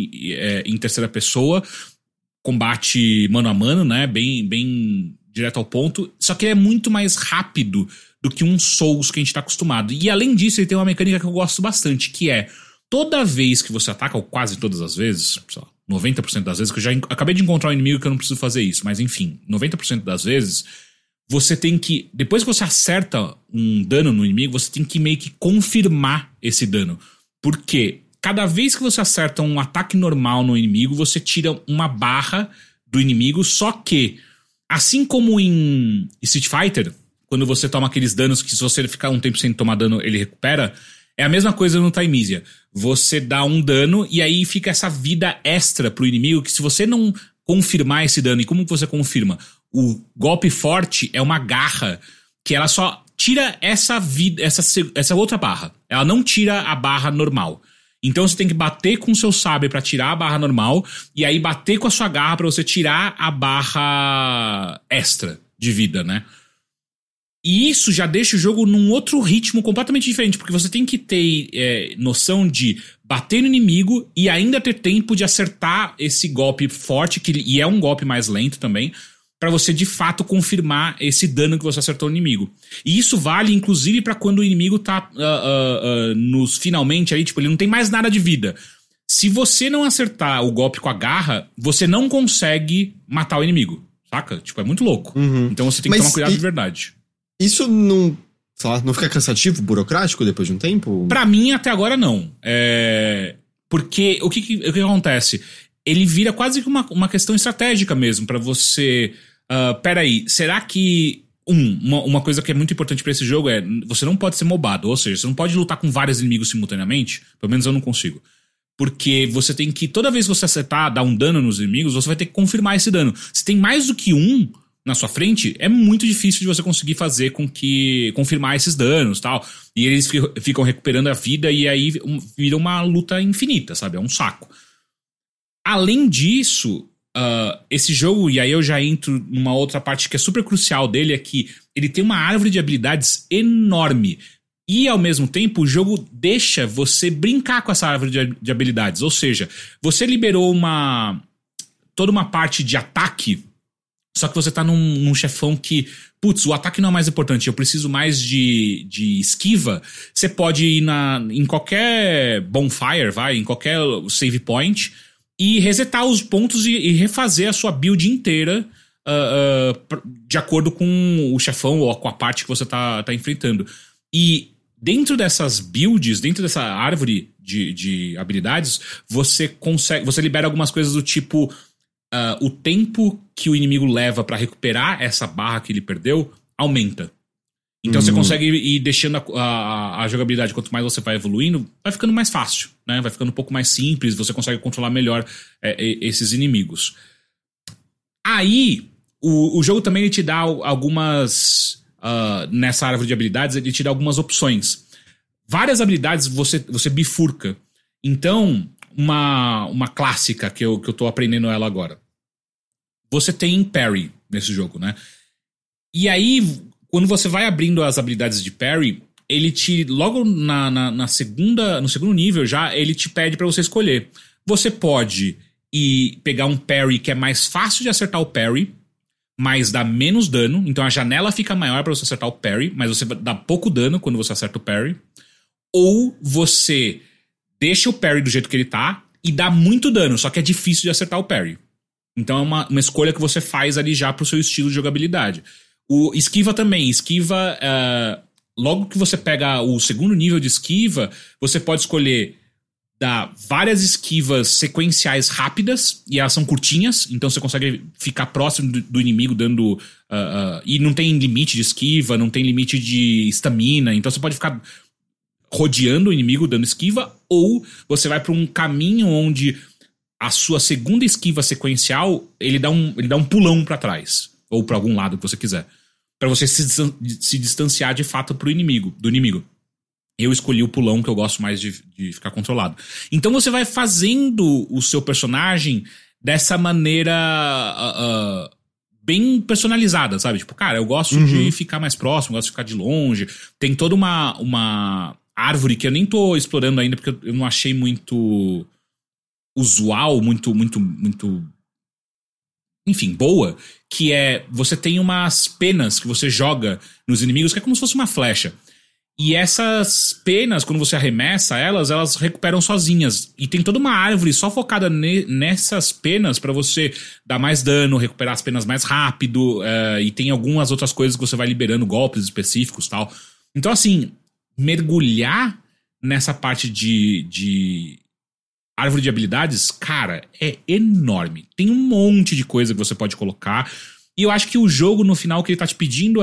S2: em terceira pessoa, combate mano a mano, né? Bem direto ao ponto. Só que ele é muito mais rápido do que um Souls que a gente tá acostumado. E além disso, ele tem uma mecânica que eu gosto bastante, que é toda vez que você ataca, ou quase todas as vezes, sei lá, 90% das vezes, que eu já acabei de encontrar um inimigo que eu não preciso fazer isso, mas enfim, 90% das vezes, você tem que, depois que você acerta um dano no inimigo, você tem que meio que confirmar esse dano. Porque cada vez que você acerta um ataque normal no inimigo, você tira uma barra do inimigo, só que, assim como em Street Fighter, quando você toma aqueles danos que se você ficar um tempo sem tomar dano, ele recupera, é a mesma coisa no Thymesia. Você dá um dano e aí fica essa vida extra pro inimigo, que se você não confirmar esse dano, e como você confirma? O golpe forte é uma garra que ela só tira essa vida, essa outra barra. Ela não tira a barra normal. Então você tem que bater com o seu sabre pra tirar a barra normal e aí bater com a sua garra pra você tirar a barra extra de vida, né? E isso já deixa o jogo num outro ritmo completamente diferente, porque você tem que ter noção de bater no inimigo e ainda ter tempo de acertar esse golpe forte, e é um golpe mais lento também, pra você de fato confirmar esse dano que você acertou no inimigo. E isso vale inclusive pra quando o inimigo tá nos finalmente aí, tipo, ele não tem mais nada de vida. Se você não acertar o golpe com a garra, você não consegue matar o inimigo, saca? Tipo, é muito louco.
S1: Uhum.
S2: Então você tem que tomar cuidado de verdade.
S1: Isso não, sei lá, não fica cansativo, burocrático depois de um tempo?
S2: Pra mim, até agora, não. Porque o que acontece? Ele vira quase que uma questão estratégica mesmo, pra você... peraí, será que... Uma coisa que é muito importante pra esse jogo é... Você não pode ser mobado, ou seja, você não pode lutar com vários inimigos simultaneamente. Pelo menos eu não consigo. Porque você tem que... Toda vez que você acertar, dar um dano nos inimigos, você vai ter que confirmar esse dano. Se tem mais do que um na sua frente, é muito difícil de você conseguir fazer com que... confirmar esses danos e tal. E eles ficam recuperando a vida e aí vira uma luta infinita, sabe? É um saco. Além disso, esse jogo, e aí eu já entro numa outra parte que é super crucial dele, é que ele tem uma árvore de habilidades enorme. E, ao mesmo tempo, o jogo deixa você brincar com essa árvore de habilidades. Ou seja, você liberou toda uma parte de ataque, só que você tá num chefão que, putz, o ataque não é mais importante, eu preciso mais de esquiva. Você pode ir em qualquer bonfire, em qualquer save point, e resetar os pontos e refazer a sua build inteira de acordo com o chefão ou com a parte que você tá enfrentando. E Dentro dessas builds, dentro dessa árvore de habilidades, você libera algumas coisas do tipo o tempo que o inimigo leva pra recuperar essa barra que ele perdeu aumenta. Então você consegue ir deixando a jogabilidade, quanto mais você vai evoluindo, vai ficando mais fácil, né? Vai ficando um pouco mais simples, você consegue controlar melhor esses inimigos. Aí, o jogo também ele te dá algumas... nessa árvore de habilidades, ele te dá algumas opções. Várias habilidades você bifurca. Então, uma clássica que eu tô aprendendo ela agora. Você tem parry nesse jogo, né? E aí... Quando você vai abrindo as habilidades de parry, ele logo no segundo nível já, ele te pede pra você escolher. Você pode pegar um parry que é mais fácil de acertar o parry, mas dá menos dano. Então a janela fica maior pra você acertar o parry, mas você dá pouco dano quando você acerta o parry. Ou você deixa o parry do jeito que ele tá e dá muito dano, só que é difícil de acertar o parry. Então é uma escolha que você faz ali já pro seu estilo de jogabilidade. O esquiva também. Esquiva, logo que você pega o segundo nível de esquiva, você pode escolher dar várias esquivas sequenciais rápidas, e elas são curtinhas, então você consegue ficar próximo do inimigo dando... e não tem limite de esquiva, não tem limite de estamina, então você pode ficar rodeando o inimigo dando esquiva, ou você vai para um caminho onde a sua segunda esquiva sequencial, ele dá um pulão para trás. Ou pra algum lado que você quiser. Pra você se distanciar de fato do inimigo. Eu escolhi o pulão, que eu gosto mais de ficar controlado. Então você vai fazendo o seu personagem dessa maneira bem personalizada, sabe? Tipo, cara, eu gosto de ficar mais próximo, gosto de ficar de longe. Tem toda uma árvore que eu nem tô explorando ainda, porque eu não achei muito usual, muito enfim, boa, que você tem umas penas que você joga nos inimigos, que é como se fosse uma flecha. E essas penas, quando você arremessa elas recuperam sozinhas. E tem toda uma árvore só focada nessas penas pra você dar mais dano, recuperar as penas mais rápido, e tem algumas outras coisas que você vai liberando, golpes específicos e tal. Então, assim, mergulhar nessa parte de árvore de habilidades, cara, é enorme. Tem um monte de coisa que você pode colocar. E eu acho que o jogo, no final, o que ele tá te pedindo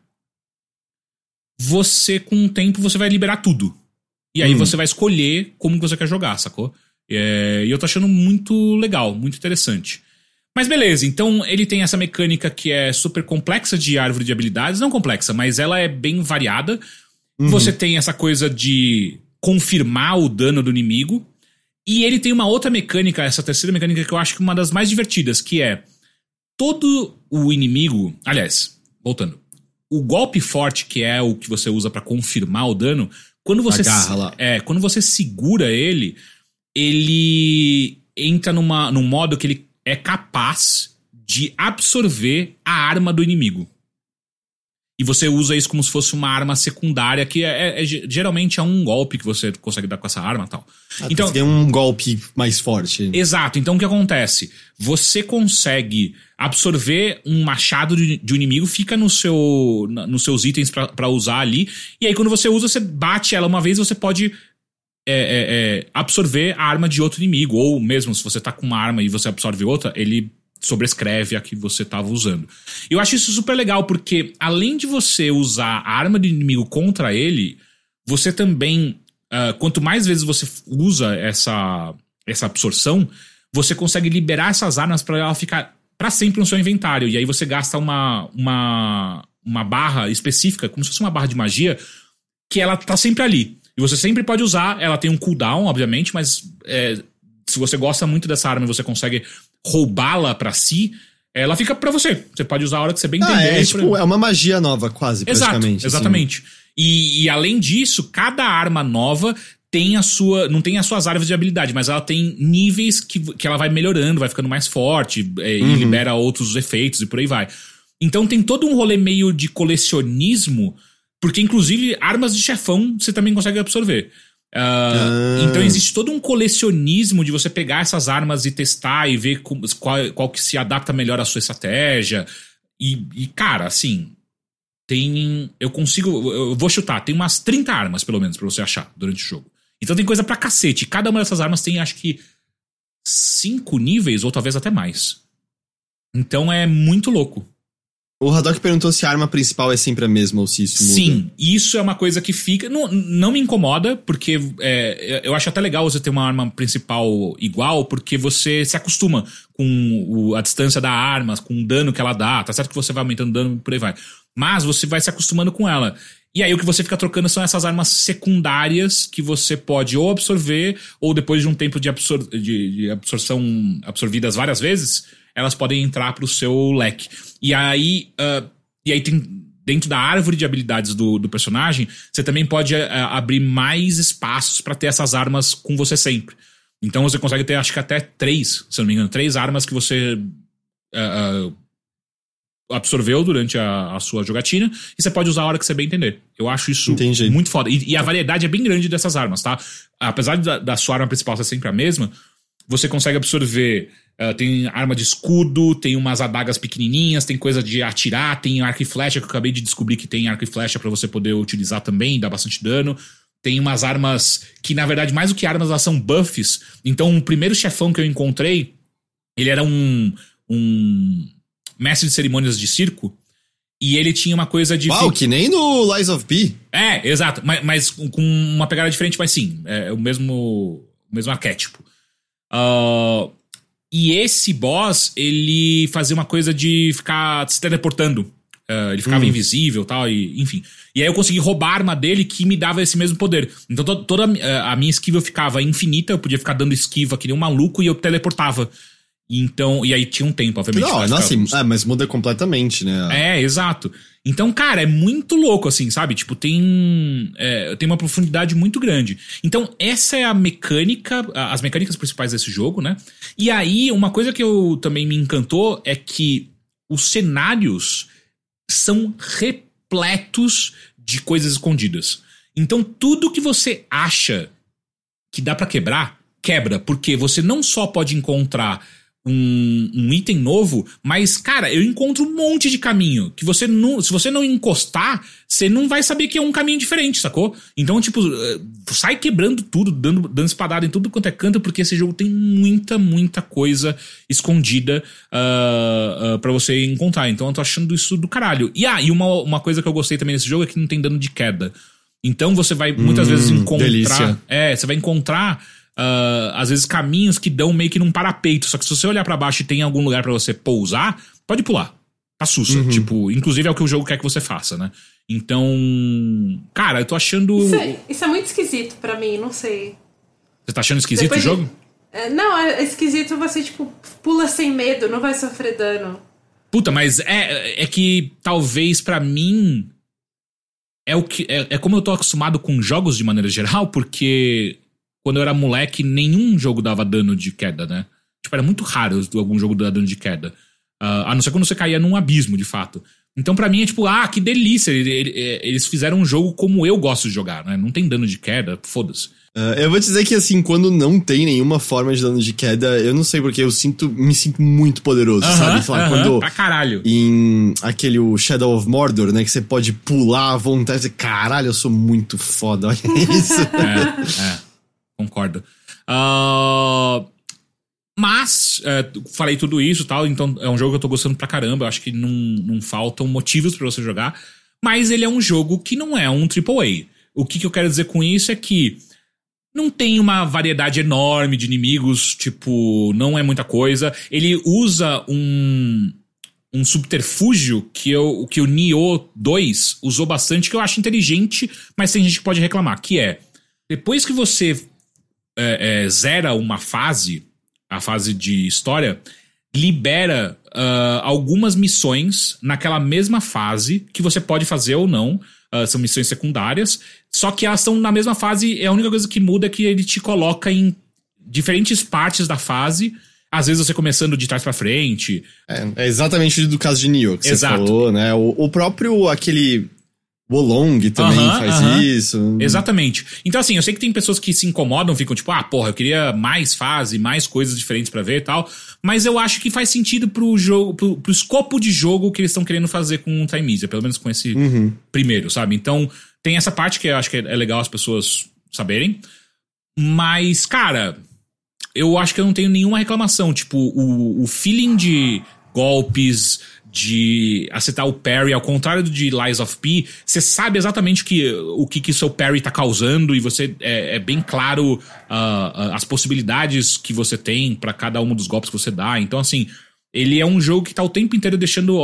S2: você, com o tempo, você vai liberar tudo. E aí você vai escolher como que você quer jogar, sacou? E eu tô achando muito legal, muito interessante. Mas beleza, então ele tem essa mecânica que é super complexa de árvore de habilidades. Não complexa, mas ela é bem variada. Você tem essa coisa de confirmar o dano do inimigo. E ele tem uma outra mecânica, essa terceira mecânica, que eu acho que é uma das mais divertidas, que é todo o inimigo... Aliás, voltando. O golpe forte, que é o que você usa pra confirmar o dano, quando você segura ele entra num modo que ele é capaz de absorver a arma do inimigo. E você usa isso como se fosse uma arma secundária, que geralmente é um golpe que você consegue dar com essa arma e tal.
S1: Então tem um golpe mais forte.
S2: Exato. Então o que acontece? Você consegue absorver um machado de um inimigo, fica nos seus itens pra usar ali, e aí quando você usa, você bate ela uma vez, você pode absorver a arma de outro inimigo. Ou mesmo se você tá com uma arma e você absorve outra, ele sobrescreve a que você estava usando. Eu acho isso super legal, porque além de você usar a arma do inimigo contra ele, você também, quanto mais vezes você usa essa absorção, você consegue liberar essas armas para ela ficar para sempre no seu inventário. E aí você gasta uma barra específica, como se fosse uma barra de magia, que ela tá sempre ali. E você sempre pode usar, ela tem um cooldown, obviamente, mas se você gosta muito dessa arma e você consegue roubá-la pra si, ela fica pra você. Você pode usar a hora que você bem entender.
S1: É uma magia nova, quase, praticamente.
S2: Exatamente. Assim. E além disso, cada arma nova não tem as suas árvores de habilidade, mas ela tem níveis que ela vai melhorando, vai ficando mais forte, e libera outros efeitos e por aí vai. Então tem todo um rolê meio de colecionismo, porque inclusive armas de chefão você também consegue absorver. Então existe todo um colecionismo de você pegar essas armas e testar e ver qual que se adapta melhor à sua estratégia. E cara, assim, Eu vou chutar, tem umas 30 armas, pelo menos, pra você achar durante o jogo. Então tem coisa pra cacete. Cada uma dessas armas tem, acho que, 5 níveis, ou talvez até mais. Então é muito louco.
S1: O Haddock perguntou se a arma principal é sempre a mesma ou se isso muda.
S2: Sim, isso é uma coisa que fica... Não me incomoda, porque eu acho até legal você ter uma arma principal igual, porque você se acostuma com a distância da arma, com o dano que ela dá. Tá certo que você vai aumentando o dano e por aí vai. Mas você vai se acostumando com ela. E aí o que você fica trocando são essas armas secundárias que você pode ou absorver, ou depois de um tempo de absorção absorvidas várias vezes, elas podem entrar pro seu leque. E aí tem, dentro da árvore de habilidades do personagem, você também pode abrir mais espaços pra ter essas armas com você sempre. Então você consegue ter, acho que até 3, se não me engano, 3 armas que você absorveu durante a sua jogatina, e você pode usar a hora que você bem entender. Eu acho isso muito foda. E a variedade é bem grande dessas armas, tá? Apesar da sua arma principal ser sempre a mesma, você consegue absorver... tem arma de escudo, tem umas adagas pequenininhas, tem coisa de atirar, tem arco e flecha, que eu acabei de descobrir que tem arco e flecha pra você poder utilizar também, dá bastante dano. Tem umas armas que, na verdade, mais do que armas, elas são buffs. Então, o primeiro chefão que eu encontrei, ele era um mestre de cerimônias de circo, e ele tinha uma coisa de...
S1: Uau, que nem no Lies of P.
S2: Exato, mas com uma pegada diferente, mas sim, é o mesmo arquétipo. E esse boss, ele fazia uma coisa de ficar se teleportando. Ele ficava invisível e tal, enfim. E aí eu consegui roubar a arma dele, que me dava esse mesmo poder. Então toda a minha esquiva ficava infinita, eu podia ficar dando esquiva que nem um maluco, e eu teleportava. Então, e aí tinha um tempo, obviamente.
S1: Nossa, mas muda completamente, né?
S2: Exato. Então, cara, é muito louco, assim, sabe? Tipo, tem uma profundidade muito grande. Então, essa é a mecânica, as mecânicas principais desse jogo, né? E aí, uma coisa que eu também me encantou é que os cenários são repletos de coisas escondidas. Então, tudo que você acha que dá pra quebrar, quebra. Porque você não só pode encontrar um item novo, mas, cara, eu encontro um monte de caminho que você não, se você não encostar, você não vai saber que é um caminho diferente, sacou? Então, tipo, sai quebrando tudo, dando espadada em tudo quanto é canto, porque esse jogo tem muita coisa escondida pra você encontrar. Então eu tô achando isso do caralho. E uma coisa que eu gostei também desse jogo é que não tem dano de queda. Então você vai muitas vezes encontrar...
S1: Delícia.
S2: Você vai encontrar... às vezes caminhos que dão meio que num parapeito. Só que se você olhar pra baixo e tem algum lugar pra você pousar, pode pular. Tá sussa. Tipo, inclusive é o que o jogo quer que você faça, né? Então, cara, eu tô achando...
S3: Isso é muito esquisito pra mim, não sei.
S2: Você tá achando esquisito o jogo?
S3: Não, é esquisito você, tipo, pula sem medo, não vai sofrer dano.
S2: Puta, mas é que talvez pra mim é como eu tô acostumado com jogos de maneira geral, porque quando eu era moleque, nenhum jogo dava dano de queda, né? Tipo, era muito raro algum jogo dar dano de queda. A não ser quando você caía num abismo, de fato. Então, pra mim, é tipo, que delícia. Eles fizeram um jogo como eu gosto de jogar, né? Não tem dano de queda, foda-se.
S1: Eu vou dizer que, assim, quando não tem nenhuma forma de dano de queda, eu não sei porque eu me sinto muito poderoso, sabe? Quando
S2: pra caralho.
S1: Em aquele Shadow of Mordor, né? Que você pode pular à vontade. Caralho, eu sou muito foda, olha isso.
S2: Concordo. Mas, falei tudo isso e tal, então é um jogo que eu tô gostando pra caramba. Eu acho que não faltam motivos pra você jogar. Mas ele é um jogo que não é um AAA. O que eu quero dizer com isso é que não tem uma variedade enorme de inimigos, tipo, não é muita coisa. Ele usa um subterfúgio que o Nioh 2 usou bastante, que eu acho inteligente, mas tem gente que pode reclamar, que é, depois que você zera uma fase, a fase de história, libera algumas missões naquela mesma fase, que você pode fazer ou não. São missões secundárias, só que elas estão na mesma fase, e a única coisa que muda é que ele te coloca em diferentes partes da fase, às vezes você começando de trás pra frente.
S1: É exatamente do caso de Nioh que você falou, né? O próprio, aquele Wolong também faz isso.
S2: Exatamente. Então, assim, eu sei que tem pessoas que se incomodam, ficam tipo, porra, eu queria mais fase, mais coisas diferentes pra ver e tal. Mas eu acho que faz sentido pro jogo, pro escopo de jogo que eles estão querendo fazer com o Thymesia, pelo menos com esse primeiro, sabe? Então, tem essa parte que eu acho que é legal as pessoas saberem. Mas, cara, eu acho que eu não tenho nenhuma reclamação. Tipo, o feeling de golpes, de acertar o parry, ao contrário do de Lies of P, você sabe exatamente o que seu parry tá causando e você é bem claro as possibilidades que você tem pra cada um dos golpes que você dá. Então, assim, ele é um jogo que tá o tempo inteiro deixando,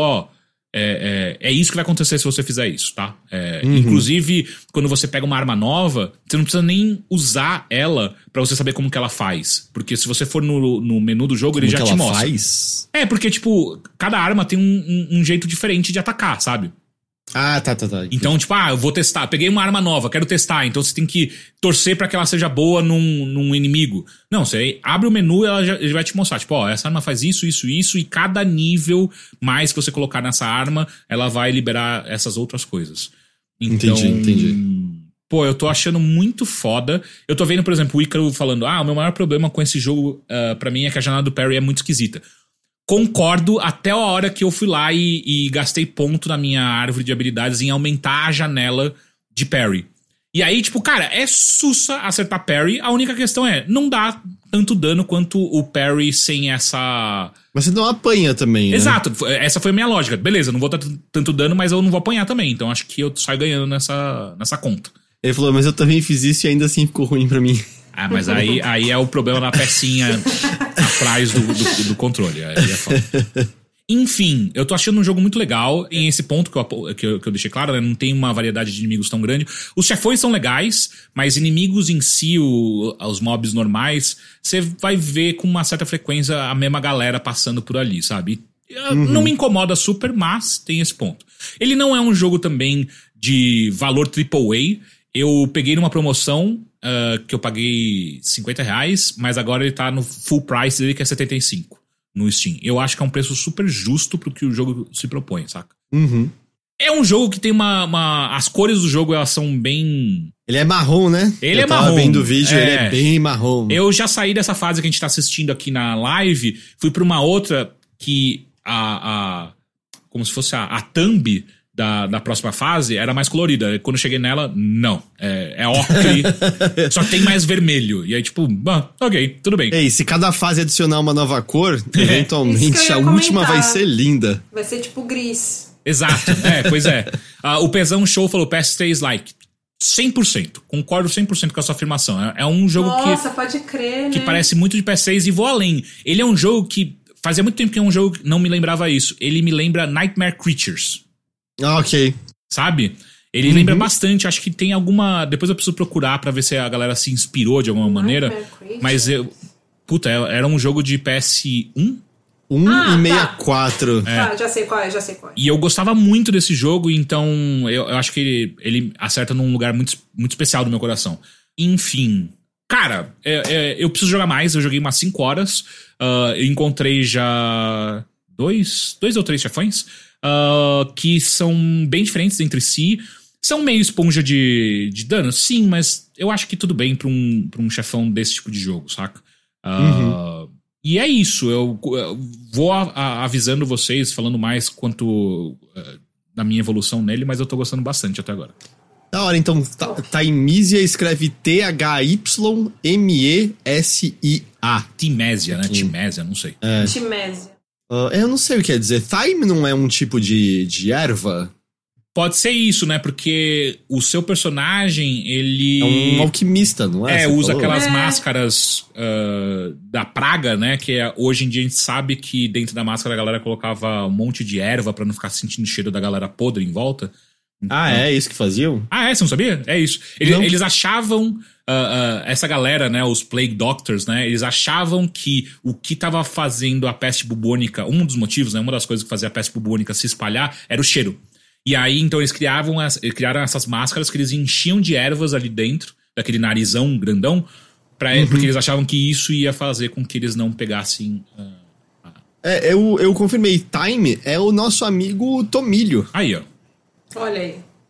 S2: é isso que vai acontecer se você fizer isso, tá? Inclusive, quando você pega uma arma nova, você não precisa nem usar ela pra você saber como que ela faz. Porque se você for no menu do jogo,
S1: Como
S2: ele já
S1: que
S2: te
S1: ela
S2: mostra.
S1: faz?
S2: Porque, tipo, cada arma tem um jeito diferente de atacar, sabe?
S1: Ah, tá.
S2: Então, tipo, eu vou testar. Peguei uma arma nova, quero testar. Então você tem que torcer pra que ela seja boa num inimigo. Não, você abre o menu e ele vai te mostrar. Tipo, essa arma faz isso. E cada nível mais que você colocar nessa arma, ela vai liberar essas outras coisas. Então,
S1: Entendi.
S2: Pô, eu tô achando muito foda. Eu tô vendo, por exemplo, o Ícaro falando, o meu maior problema com esse jogo, pra mim, é que a jornada do parry é muito esquisita. Concordo até a hora que eu fui lá e gastei ponto na minha árvore de habilidades em aumentar a janela de parry. E aí, tipo, cara, é sussa acertar parry. A única questão não dá tanto dano quanto o parry sem essa...
S1: Mas você não apanha também, né?
S2: Exato, essa foi a minha lógica. Beleza, não vou dar tanto dano, mas eu não vou apanhar também. Então acho que eu saio ganhando nessa conta.
S1: Ele falou, mas eu também fiz isso e ainda assim ficou ruim pra mim.
S2: Mas aí é o problema da pecinha atrás do controle. Aí é foda. Enfim, eu tô achando um jogo muito legal. Em esse ponto que eu deixei claro, né? Não tem uma variedade de inimigos tão grande. Os chefões são legais, mas inimigos em si, os mobs normais, você vai ver com uma certa frequência a mesma galera passando por ali, sabe? Não me incomoda super, mas tem esse ponto. Ele não é um jogo também de valor AAA. Eu peguei numa promoção que eu paguei R$50, mas agora ele tá no full price dele, que é R$75 no Steam. Eu acho que é um preço super justo pro que o jogo se propõe, saca? É um jogo que tem as cores do jogo, elas são bem...
S1: Ele é marrom, né?
S2: Ele
S1: eu
S2: é marrom.
S1: tava vendo o vídeo, ele é bem marrom.
S2: Eu já saí dessa fase que a gente tá assistindo aqui na live, fui pra uma outra que como se fosse a thumb da próxima fase era mais colorida. Quando eu cheguei nela, não. É ocre, só tem mais vermelho. E aí, tipo, ok, tudo bem.
S1: Ei, se cada fase adicionar uma nova cor, eventualmente a última vai ser linda.
S3: Vai ser tipo gris.
S2: Exato, pois é. O Pezão Show falou, PS3 like. 100%. Concordo 100% com a sua afirmação. É um jogo
S3: pode crer,
S2: que
S3: né?
S2: parece muito de PS3 e vou além. Ele é um jogo que... Fazia muito tempo que é um jogo que não me lembrava isso. Ele me lembra Nightmare Creatures.
S1: Ok.
S2: Sabe? Ele lembra bastante. Acho que tem alguma... Depois eu preciso procurar pra ver se a galera se inspirou de alguma maneira. Mas era um jogo de PS1?
S1: 1 e 64.
S3: Já sei qual é.
S2: E eu gostava muito desse jogo, então eu acho que ele acerta num lugar muito, muito especial do meu coração. Enfim... Cara, eu preciso jogar mais. Eu joguei umas 5 horas. Eu encontrei já 2 ou 3 chefões que são bem diferentes entre si. São meio esponja de dano, sim, mas eu acho que tudo bem pra um chefão desse tipo de jogo, saca? E é isso. Eu vou avisando vocês, falando mais quanto da minha evolução nele, mas eu tô gostando bastante até agora.
S1: Da hora, então, Thymesia escreve Thymesia.
S2: Timésia, né? Timésia, não sei.
S3: Timésia.
S1: Eu não sei o que quer dizer. Thyme não é um tipo de erva?
S2: Pode ser isso, né? Porque o seu personagem, ele...
S1: É um alquimista, não é?
S2: Usa aquelas máscaras da praga, né? Que hoje em dia a gente sabe que dentro da máscara a galera colocava um monte de erva pra não ficar sentindo o cheiro da galera podre em volta. Então...
S1: é isso que faziam?
S2: Você não sabia? É isso. Eles achavam, essa galera, né, os Plague Doctors, né, eles achavam que o que tava fazendo a peste bubônica, um dos motivos, né, uma das coisas que fazia a peste bubônica se espalhar era o cheiro. E aí, então, eles criaram essas máscaras que eles enchiam de ervas ali dentro, daquele narizão grandão, porque eles achavam que isso ia fazer com que eles não pegassem...
S1: eu confirmei. Thyme é o nosso amigo Tomilho.
S2: Aí, ó.
S3: Olha aí.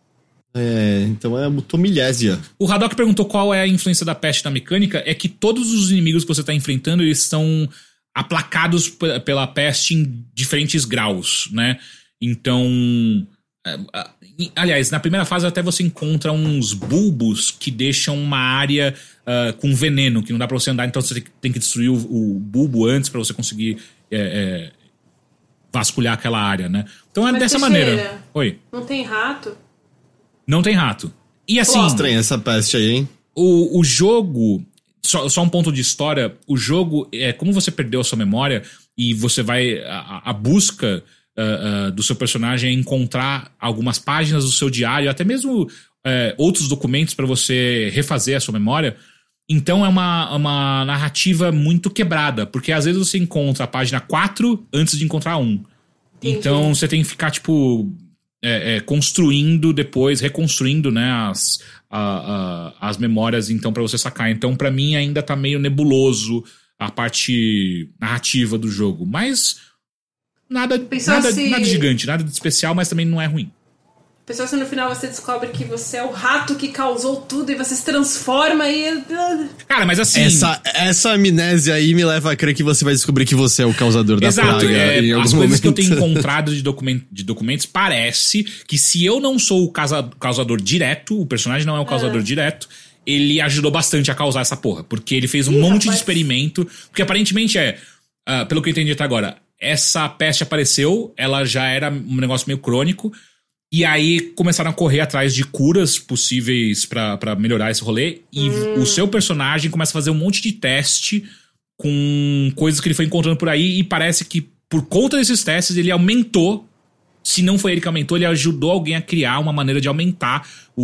S1: Então é mutomilésia.
S2: O Haddock perguntou qual é a influência da peste na mecânica. É que todos os inimigos que você tá enfrentando, eles são aplacados pela peste em diferentes graus, né? Então... aliás, na primeira fase até você encontra uns bulbos que deixam uma área com veneno, que não dá pra você andar, então você tem que destruir o bulbo antes pra você conseguir vasculhar aquela área, né? Então é dessa maneira. Oi.
S3: Não tem rato?
S2: Não tem rato. E assim...
S1: Estranha essa peste aí, hein?
S2: O jogo... Só um ponto de história. O jogo, como você perdeu a sua memória e você vai... A busca do seu personagem é encontrar algumas páginas do seu diário, até mesmo outros documentos para você refazer a sua memória. Então é uma narrativa muito quebrada, porque às vezes você encontra a página 4 antes de encontrar 1. Entendi. Então você tem que ficar, tipo... construindo depois, reconstruindo, né, as memórias, então, pra você sacar. Então, pra mim, ainda tá meio nebuloso a parte narrativa do jogo. Mas nada de gigante, nada de especial, mas também não é ruim.
S3: Pessoal, se no final você descobre que você é o rato que causou tudo e você se transforma e...
S2: Cara, mas assim...
S1: Essa amnésia aí me leva a crer que você vai descobrir que você é o causador da praga. Em algum
S2: as coisas
S1: momento.
S2: que eu tenho encontrado de documentos, parece que se eu não sou o causador direto, o personagem não é o causador direto, ele ajudou bastante a causar essa porra. Porque ele fez um monte de experimento. Porque aparentemente pelo que eu entendi até agora, essa peste apareceu, ela já era um negócio meio crônico. E aí começaram a correr atrás de curas possíveis pra melhorar esse rolê. E o seu personagem começa a fazer um monte de teste com coisas que ele foi encontrando por aí. E parece que por conta desses testes ele aumentou. Se não foi ele que aumentou, ele ajudou alguém a criar uma maneira de aumentar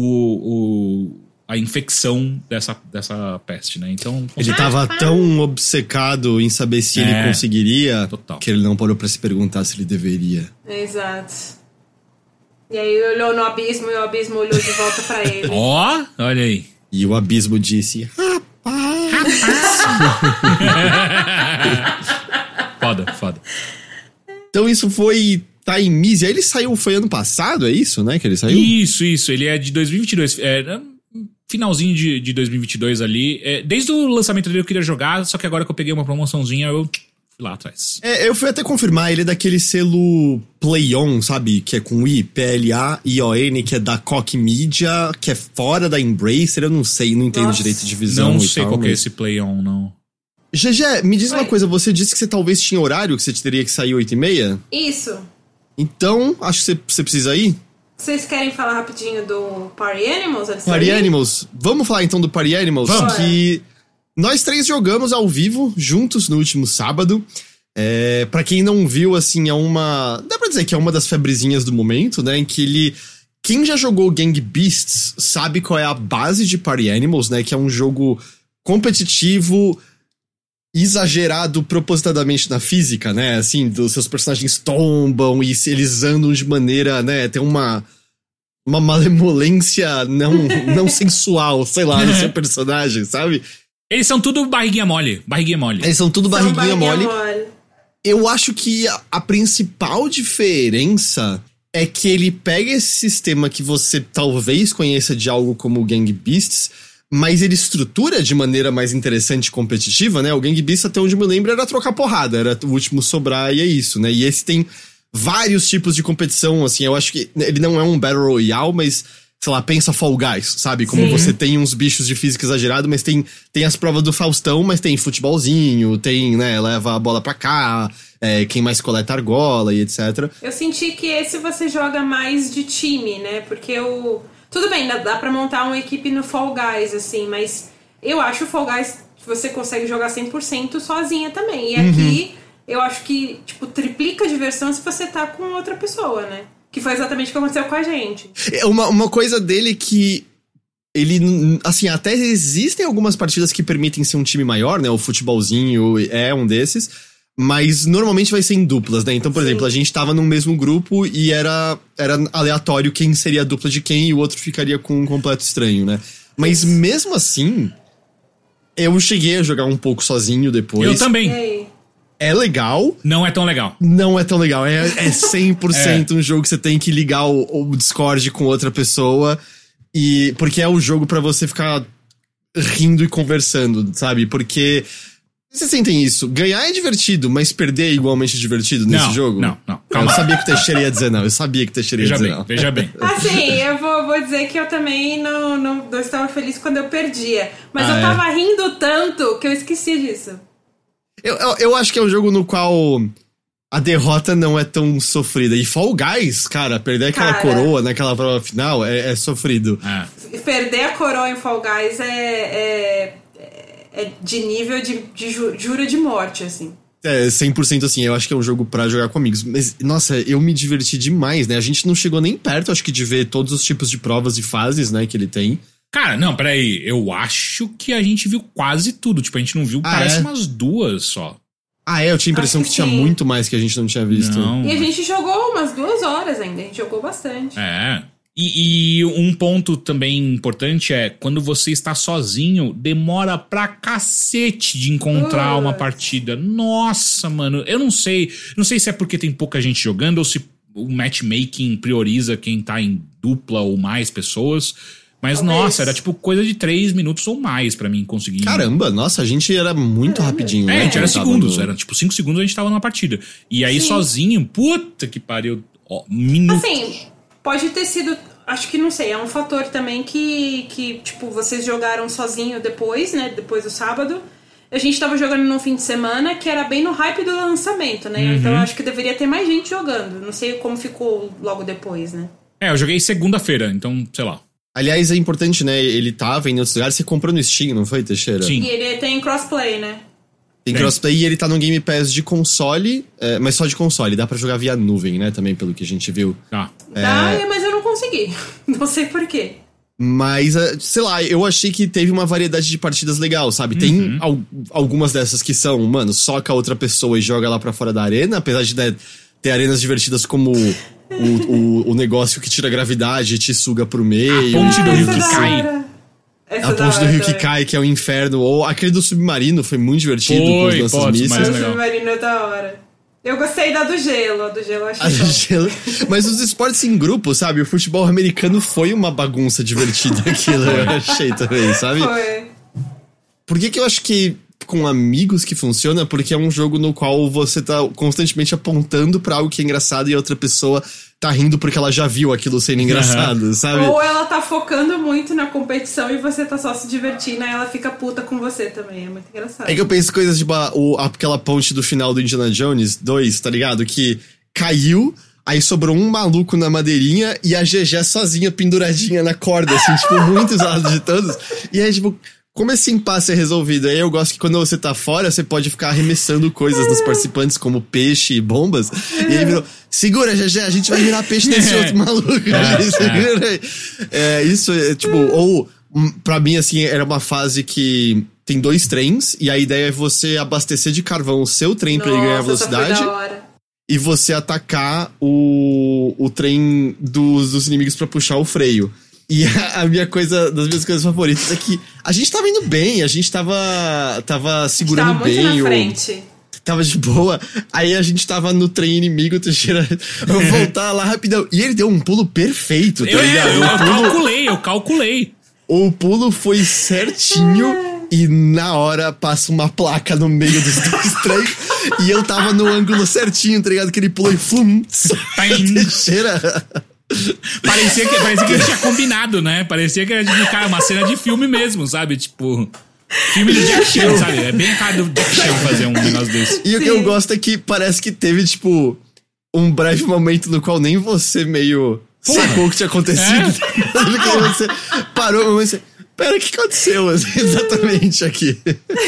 S2: a infecção dessa peste, né? Então...
S1: Ele tava tão obcecado em saber se ele conseguiria,
S2: total,
S1: que ele não parou pra se perguntar se ele deveria.
S3: Exato. E aí ele olhou no abismo e o abismo olhou de volta pra ele.
S2: Ó, olha aí.
S1: E o abismo disse: rapaz.
S2: Foda.
S1: Então isso foi Time Mizzy. Ele saiu, foi ano passado, é isso, né? Que ele saiu?
S2: Isso. Ele é de 2022. Finalzinho de 2022 ali. Desde o lançamento dele eu queria jogar, só que agora que eu peguei uma promoçãozinha, eu... lá atrás.
S1: Eu fui até confirmar, ele é daquele selo PlayOn, sabe? Que é com I, PLAION, que é da Koch Media, que é fora da Embracer, eu não sei, não entendo direito de visão.
S2: Não sei qual que é esse PlayOn, não.
S1: GG, me diz uma coisa, você disse que você talvez tinha horário, que você teria que sair 8h30?
S3: Isso.
S1: Então, acho que você precisa ir.
S3: Vocês querem falar rapidinho do Party Animals?
S1: Party Animals. Vamos falar então do Party Animals?
S2: Vamos.
S1: Que... Nós três jogamos ao vivo, juntos, no último sábado. Pra quem não viu, assim, dá pra dizer que é uma das febrezinhas do momento, né? Em que quem já jogou Gang Beasts sabe qual é a base de Party Animals, né? Que é um jogo competitivo, exagerado propositadamente na física, né? Assim, os seus personagens tombam e eles andam de maneira, né? Tem uma malemolência não sensual, sei lá, no seu personagem, sabe?
S2: Eles são tudo barriguinha mole.
S1: Eles são tudo barriguinha mole. Eu acho que a principal diferença é que ele pega esse sistema que você talvez conheça de algo como o Gang Beasts, mas ele estrutura de maneira mais interessante e competitiva, né? O Gang Beasts, até onde eu me lembro, era trocar porrada, era o último sobrar e é isso, né? E esse tem vários tipos de competição, assim, eu acho que ele não é um Battle Royale, mas... sei lá, pensa Fall Guys, sabe? Como você tem uns bichos de física exagerado, mas tem as provas do Faustão, mas tem futebolzinho, tem, né, leva a bola pra cá, quem mais coleta argola e etc.
S3: Eu senti que esse você joga mais de time, né? Porque tudo bem, dá pra montar uma equipe no Fall Guys, assim, mas eu acho o Fall Guys que você consegue jogar 100% sozinha também. E aqui, eu acho que, tipo, triplica a diversão se você tá com outra pessoa, né? Que foi exatamente o que aconteceu com a gente.
S1: Uma coisa dele que ele, assim, até existem algumas partidas que permitem ser um time maior, né? O futebolzinho é um desses, mas normalmente vai ser em duplas, né? Então, por exemplo, a gente tava num mesmo grupo e era aleatório quem seria a dupla de quem e o outro ficaria com um completo estranho, né? Mas mesmo assim, eu cheguei a jogar um pouco sozinho depois.
S2: Eu também.
S1: É legal.
S2: Não é tão legal.
S1: Não é tão legal. É 100% um jogo que você tem que ligar o Discord com outra pessoa. E porque é o jogo pra você ficar rindo e conversando, sabe? Porque vocês sentem isso? Ganhar é divertido, mas perder é igualmente divertido nesse jogo?
S2: Não.
S1: Calma. Eu sabia que o Teixeira ia dizer não. Eu sabia que o Teixeira ia dizer não.
S2: Veja bem.
S3: Assim, eu vou dizer que eu também não estava feliz quando eu perdia. Mas eu tava rindo tanto que eu esqueci disso.
S1: Eu acho que é um jogo no qual a derrota não é tão sofrida. E Fall Guys, cara, perder aquela coroa naquela prova final é sofrido.
S3: Perder a coroa em Fall Guys é de nível de jura de morte, assim.
S1: 100% assim, eu acho que é um jogo pra jogar com amigos. Mas, nossa, eu me diverti demais, né? A gente não chegou nem perto, acho que, de ver todos os tipos de provas e fases, né, que ele tem.
S2: Cara, não, peraí. Eu acho que a gente viu quase tudo. Tipo, a gente não viu, parece umas 2 só.
S1: Eu tinha a impressão que tinha muito mais que a gente não tinha visto.
S2: Não,
S3: e a gente jogou umas 2 horas ainda, a gente jogou bastante.
S2: E um ponto também importante é, quando você está sozinho, demora pra cacete de encontrar uma partida. Nossa, mano, eu não sei se é porque tem pouca gente jogando ou se o matchmaking prioriza quem tá em dupla ou mais pessoas. Mas, nossa, era tipo coisa de 3 minutos ou mais pra mim conseguir.
S1: Caramba, nossa, a gente era muito rapidinho.
S2: A gente era segundos, era tipo 5 segundos a gente tava numa partida. E aí sozinho, puta que pariu, minutos.
S3: Assim, pode ter sido, acho que não sei, é um fator também que tipo, vocês jogaram sozinho depois, né, depois do sábado. A gente tava jogando no fim de semana, que era bem no hype do lançamento, né? Então eu acho que deveria ter mais gente jogando. Não sei como ficou logo depois, né?
S2: Eu joguei segunda-feira, então, sei lá.
S1: Aliás, é importante, né? Ele tava em outros lugares. Você comprou no Steam, não foi, Teixeira?
S2: Sim.
S3: E ele tem crossplay, né?
S1: Tem crossplay e ele tá no Game Pass de console, mas só de console. Dá pra jogar via nuvem, né? Também, pelo que a gente viu.
S3: Mas eu não consegui. Não sei por quê.
S1: Mas, sei lá, eu achei que teve uma variedade de partidas legal, sabe? Tem algumas dessas que são, mano, soca a outra pessoa e joga lá pra fora da arena. Apesar de, né, ter arenas divertidas como o negócio que tira a gravidade e te suga pro meio.
S2: A ponte do rio que cai.
S1: A ponte do rio que cai, que é o inferno. Ou aquele do submarino, foi muito divertido com os lança-mísseis.
S3: O submarino é da hora. Eu gostei da do gelo. A do gelo eu achei
S1: gelo. Mas os esportes em grupo, sabe? O futebol americano foi uma bagunça divertida aquilo, eu achei também, sabe?
S3: Foi.
S1: Por que eu acho que com amigos que funciona? Porque é um jogo no qual você tá constantemente apontando pra algo que é engraçado e a outra pessoa tá rindo porque ela já viu aquilo sendo engraçado, sabe?
S3: Ou ela tá focando muito na competição e você tá só se divertindo, aí ela fica puta com você também, é muito engraçado.
S1: É que eu penso coisas tipo aquela ponte do final do Indiana Jones 2, tá ligado? Que caiu, aí sobrou um maluco na madeirinha e a GG sozinha penduradinha na corda, assim, tipo, muito isolado de todos. E aí, tipo, como esse impasse é resolvido? Aí eu gosto que quando você tá fora, você pode ficar arremessando coisas nos participantes, como peixe e bombas. E aí virou, segura, GG, a gente vai virar peixe desse outro maluco. Segura aí. Isso é tipo, ou pra mim, assim, era uma fase que tem 2 trens, e a ideia é você abastecer de carvão o seu trem pra ele ganhar velocidade. E você atacar o trem dos inimigos pra puxar o freio. E das minhas coisas favoritas é que a gente tava indo bem, a gente tava segurando bem.
S3: Tava muito na frente.
S1: Tava de boa. Aí a gente tava no trem inimigo, o Teixeira voltar lá rapidão. E ele deu um pulo perfeito, tá ligado?
S2: Eu calculei.
S1: O pulo foi certinho. E na hora passa uma placa no meio dos 2 trens. E eu tava no ângulo certinho, tá ligado? Que ele pulou e flum. Teixeira.
S2: Parecia que ele tinha combinado, né? Parecia que era, tipo, cara, uma cena de filme mesmo, sabe? Tipo, filme do Jack Chan, sabe? É bem a cara do Jack Chan fazer um negócio desse.
S1: E o que eu gosto é que parece que teve, tipo, um breve momento no qual nem você meio sacou o que tinha acontecido. Porque você parou, mas você... Pera, o que aconteceu exatamente aqui?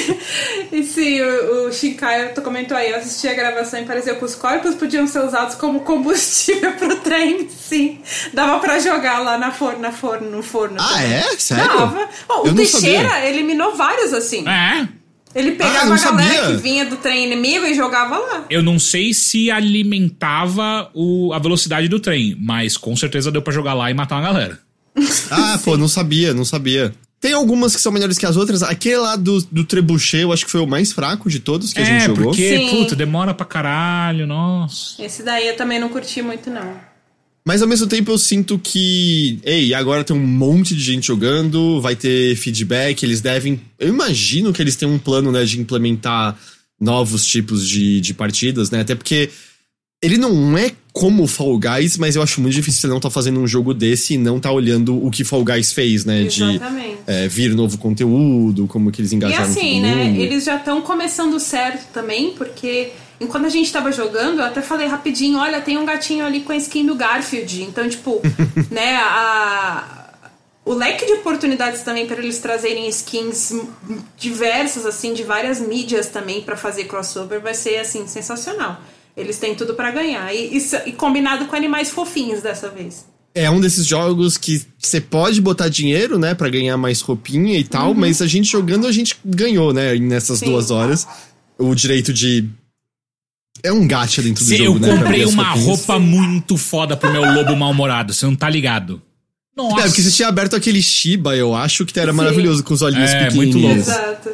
S3: E sim, o Shinkai comentou aí, eu assisti a gravação e pareceu que os corpos podiam ser usados como combustível pro trem, sim. Dava pra jogar lá no forno.
S1: Sério?
S3: Dava. O Teixeira eliminou vários assim. Ele pegava a galera que vinha do trem inimigo e jogava lá.
S2: Eu não sei se alimentava a velocidade do trem, mas com certeza deu pra jogar lá e matar uma galera.
S1: Pô, não sabia. Tem algumas que são melhores que as outras. Aquele lá do trebuchet, eu acho que foi o mais fraco de todos que a gente jogou.
S2: Porque, puta, demora pra caralho, nossa.
S3: Esse daí eu também não curti muito, não.
S1: Mas ao mesmo tempo eu sinto que, agora tem um monte de gente jogando, vai ter feedback, eles devem... Eu imagino que eles têm um plano, né, de implementar novos tipos de partidas, né? Até porque ele não é como o Fall Guys, mas eu acho muito difícil você não tá fazendo um jogo desse e não tá olhando o que Fall Guys fez, né?
S3: Exatamente.
S1: De vir novo conteúdo, como que eles engajaram
S3: todo mundo. E assim,
S1: todo mundo.
S3: né, eles já estão começando certo também, porque... Enquanto a gente tava jogando, eu até falei rapidinho, olha, tem um gatinho ali com a skin do Garfield. Então, tipo, né, o leque de oportunidades também para eles trazerem skins diversas, assim, de várias mídias também para fazer crossover vai ser, assim, sensacional. Eles têm tudo para ganhar. E combinado com animais fofinhos dessa vez. É
S1: um desses jogos que você pode botar dinheiro, né, pra ganhar mais roupinha e tal, mas a gente jogando, a gente ganhou, né, nessas 2 horas, o direito de... É um gacha dentro do jogo, né?
S2: Eu comprei uma roupa muito foda pro meu lobo mal-humorado, você não tá ligado?
S1: Nossa. Porque você tinha aberto aquele Shiba, eu acho, que era maravilhoso, com os olhinhos pequenininhos.
S2: Muito louco.
S3: Exato.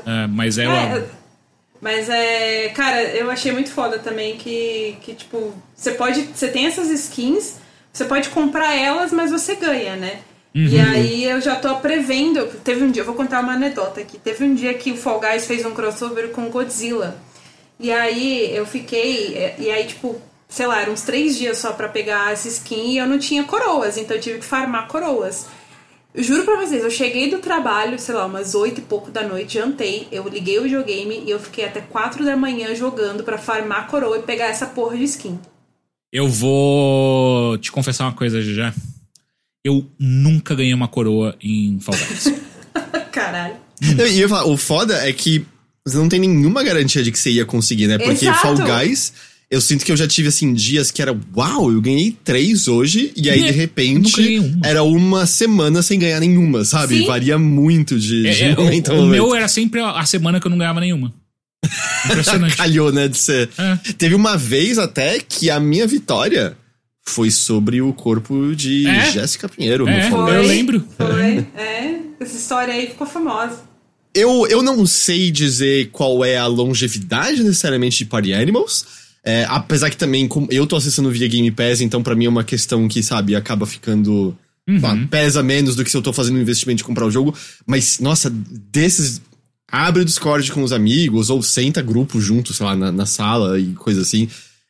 S3: Mas cara, eu achei muito foda também que tipo, você tem essas skins, você pode comprar elas, mas você ganha, né? E aí eu já tô prevendo, teve um dia, eu vou contar uma anedota aqui, teve um dia que o Fall Guys fez um crossover com Godzilla. E aí eu fiquei, tipo, sei lá, eram uns 3 dias só pra pegar essa skin e eu não tinha coroas, então eu tive que farmar coroas. Eu juro pra vocês, eu cheguei do trabalho, sei lá, umas 8 e pouco da noite, jantei, eu liguei o videogame e eu fiquei até 4 da manhã jogando pra farmar coroa e pegar essa porra de skin. Eu
S2: vou te confessar uma coisa já. Eu nunca ganhei uma coroa em Fall Guys.
S3: Caralho.
S1: E eu falo, o foda é que você não tem nenhuma garantia de que você ia conseguir, né? Porque Fall Guys, eu sinto que eu já tive, assim, dias que era... Uau, eu ganhei 3 hoje. E aí, de repente, era uma semana sem ganhar nenhuma, sabe?
S3: Sim.
S1: Varia muito de momento a momento.
S2: O meu era sempre a semana que eu não ganhava nenhuma. Impressionante.
S1: Calhou, né, de ser... Teve uma vez até que a minha vitória foi sobre o corpo de Jéssica Pinheiro.
S2: Eu lembro.
S3: Foi, essa história aí ficou famosa.
S1: Eu não sei dizer qual é a longevidade necessariamente de Party Animals, apesar que também eu tô acessando via Game Pass, então pra mim é uma questão que, sabe, acaba ficando... pesa menos do que se eu tô fazendo um investimento de comprar o jogo, mas, nossa, desses... Abre o Discord com os amigos, ou senta grupo junto, sei lá, na sala e coisa assim.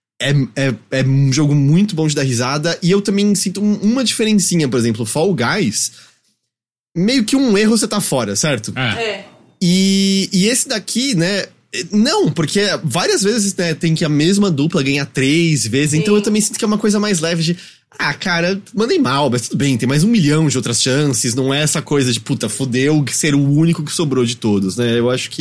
S1: É um jogo muito bom de dar risada, e eu também sinto uma diferencinha, por exemplo, Fall Guys... Meio que um erro você tá fora, certo? E esse daqui, né... Não, porque várias vezes, né, tem que a mesma dupla ganhar 3 vezes. Sim. Então eu também sinto que é uma coisa mais leve de... cara, mandei mal, mas tudo bem, tem mais 1 milhão de outras chances. Não é essa coisa de, puta, fudeu ser o único que sobrou de todos, né? Eu acho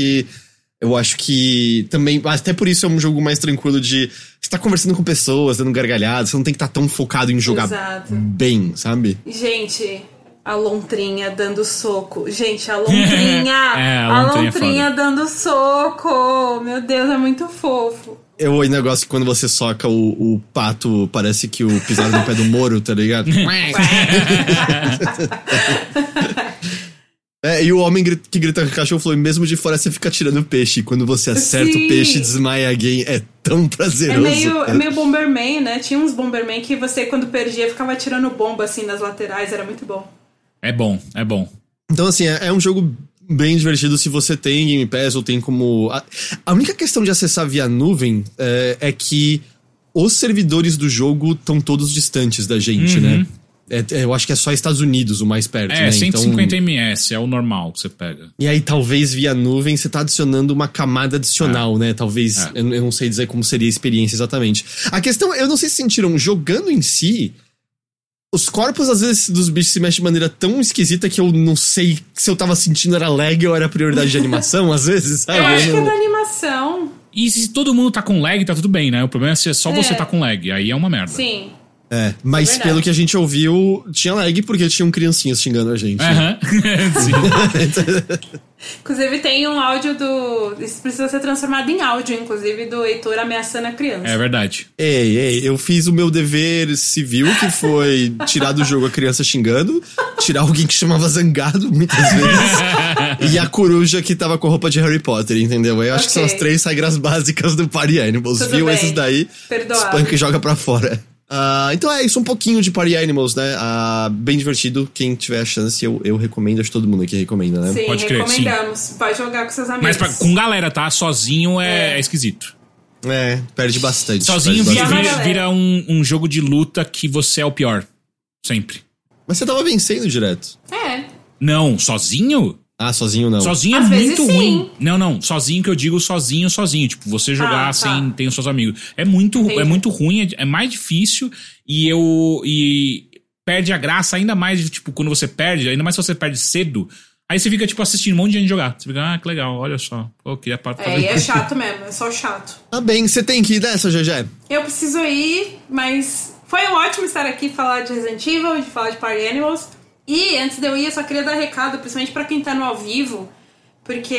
S1: que também... Até por isso é um jogo mais tranquilo de... Você tá conversando com pessoas, dando gargalhadas. Você não tem que estar tão focado em jogar bem, sabe?
S3: Gente... A lontrinha dando soco. Gente, a lontrinha! A lontrinha dando soco! Meu Deus, é muito fofo.
S1: O negócio que quando você soca o pato, parece que o pisado no pé do Moro, tá ligado? E o homem que grita com o cachorro falou, mesmo de fora você fica tirando peixe. Quando você acerta o peixe e desmaia alguém, é tão prazeroso.
S3: É meio Bomberman, né? Tinha uns Bomberman que você, quando perdia, ficava tirando bomba assim nas laterais, era muito bom.
S2: É bom.
S1: Então, assim, é um jogo bem divertido se você tem Game Pass ou tem como... A única questão de acessar via nuvem é que os servidores do jogo estão todos distantes da gente, né? Eu acho que é só Estados Unidos o mais perto, né?
S2: 150 ms, é o normal que você pega.
S1: E aí, talvez, via nuvem, você tá adicionando uma camada adicional, né? Talvez, eu não sei dizer como seria a experiência exatamente. A questão, eu não sei se sentiram, jogando em si... Os corpos, às vezes, dos bichos se mexem de maneira tão esquisita que eu não sei se eu tava sentindo era lag ou era prioridade de animação, às vezes, sabe?
S3: Eu acho que é da animação.
S2: E se todo mundo tá com lag, tá tudo bem, né? O problema é se só você tá com lag, aí é uma merda.
S3: Sim.
S1: Mas pelo que a gente ouviu, tinha lag porque tinham criancinhas xingando a gente. Né?
S2: Sim.
S3: Inclusive tem um áudio isso precisa ser transformado em áudio, inclusive, do Heitor ameaçando a criança.
S2: É verdade.
S1: Eu fiz o meu dever civil, que foi tirar do jogo a criança xingando, tirar alguém que chamava Zangado, muitas vezes, e a coruja que tava com roupa de Harry Potter, entendeu? Eu acho que são as 3 regras básicas do Party Animals.
S3: Tudo
S1: viu
S3: bem.
S1: Esses daí,
S3: Perdoado.
S1: espanca e joga pra fora. Então é isso, um pouquinho de Party Animals, né? Bem divertido. Quem tiver a chance, eu recomendo. Acho que todo mundo aqui recomenda, né?
S3: Sim,
S2: Pode crer,
S3: recomendamos. Sim. Vai jogar com seus amigos.
S2: Mas com galera, tá? Sozinho é esquisito.
S1: Perde bastante.
S2: Sozinho vira um jogo de luta que você é o pior. Sempre.
S1: Mas você tava vencendo direto.
S2: Não, sozinho?
S1: Sozinho não.
S2: Sozinho
S3: Às
S2: é
S3: vezes,
S2: muito
S3: sim.
S2: ruim. Não. Sozinho que eu digo sozinho. Tipo, você jogar sem ter os seus amigos. É muito ruim, é mais difícil. E perde a graça ainda mais, tipo, quando você perde. Ainda mais se você perde cedo. Aí você fica, tipo, assistindo um monte de gente jogar. Você fica, que legal, olha só. Pô, queria
S3: e é chato mesmo, é só chato.
S1: Tá bem, você tem que ir nessa, GG?
S3: Eu preciso ir, mas foi ótimo estar aqui e falar de Resident Evil, de falar de Party Animals. E antes de eu ir, eu só queria dar recado, principalmente pra quem tá no ao vivo, porque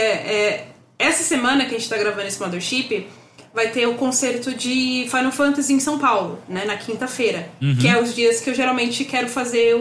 S3: essa semana que a gente tá gravando esse Mothership, vai ter o concerto de Final Fantasy em São Paulo, né, na quinta-feira, que é os dias que eu geralmente quero fazer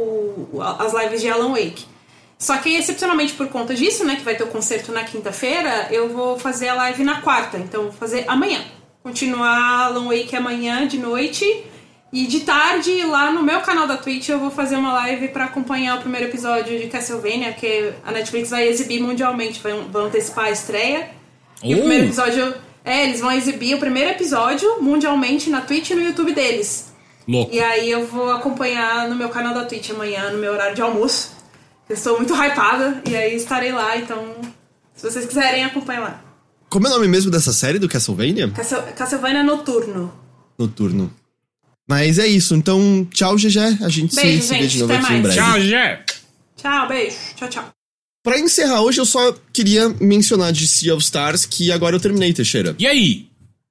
S3: as lives de Alan Wake. Só que, excepcionalmente por conta disso, né, que vai ter o concerto na quinta-feira, eu vou fazer a live na quarta, então vou fazer amanhã. Continuar Alan Wake amanhã de noite. E de tarde, lá no meu canal da Twitch, eu vou fazer uma live pra acompanhar o primeiro episódio de Castlevania, que a Netflix vai exibir mundialmente, vão antecipar a estreia. E o primeiro episódio... eles vão exibir o primeiro episódio mundialmente na Twitch e no YouTube deles.
S2: Louco.
S3: E aí eu vou acompanhar no meu canal da Twitch amanhã, no meu horário de almoço. Eu estou muito hypada, e aí estarei lá, então... Se vocês quiserem, acompanhem lá.
S1: Como é o nome mesmo dessa série do Castlevania?
S3: Castlevania Noturno.
S1: Noturno. Mas é isso, então tchau, GG. A gente se vê de novo aqui em breve.
S2: Tchau, GG.
S3: Tchau, beijo. Tchau.
S1: Pra encerrar hoje, eu só queria mencionar de Sea of Stars que agora eu terminei, Teixeira.
S2: E aí?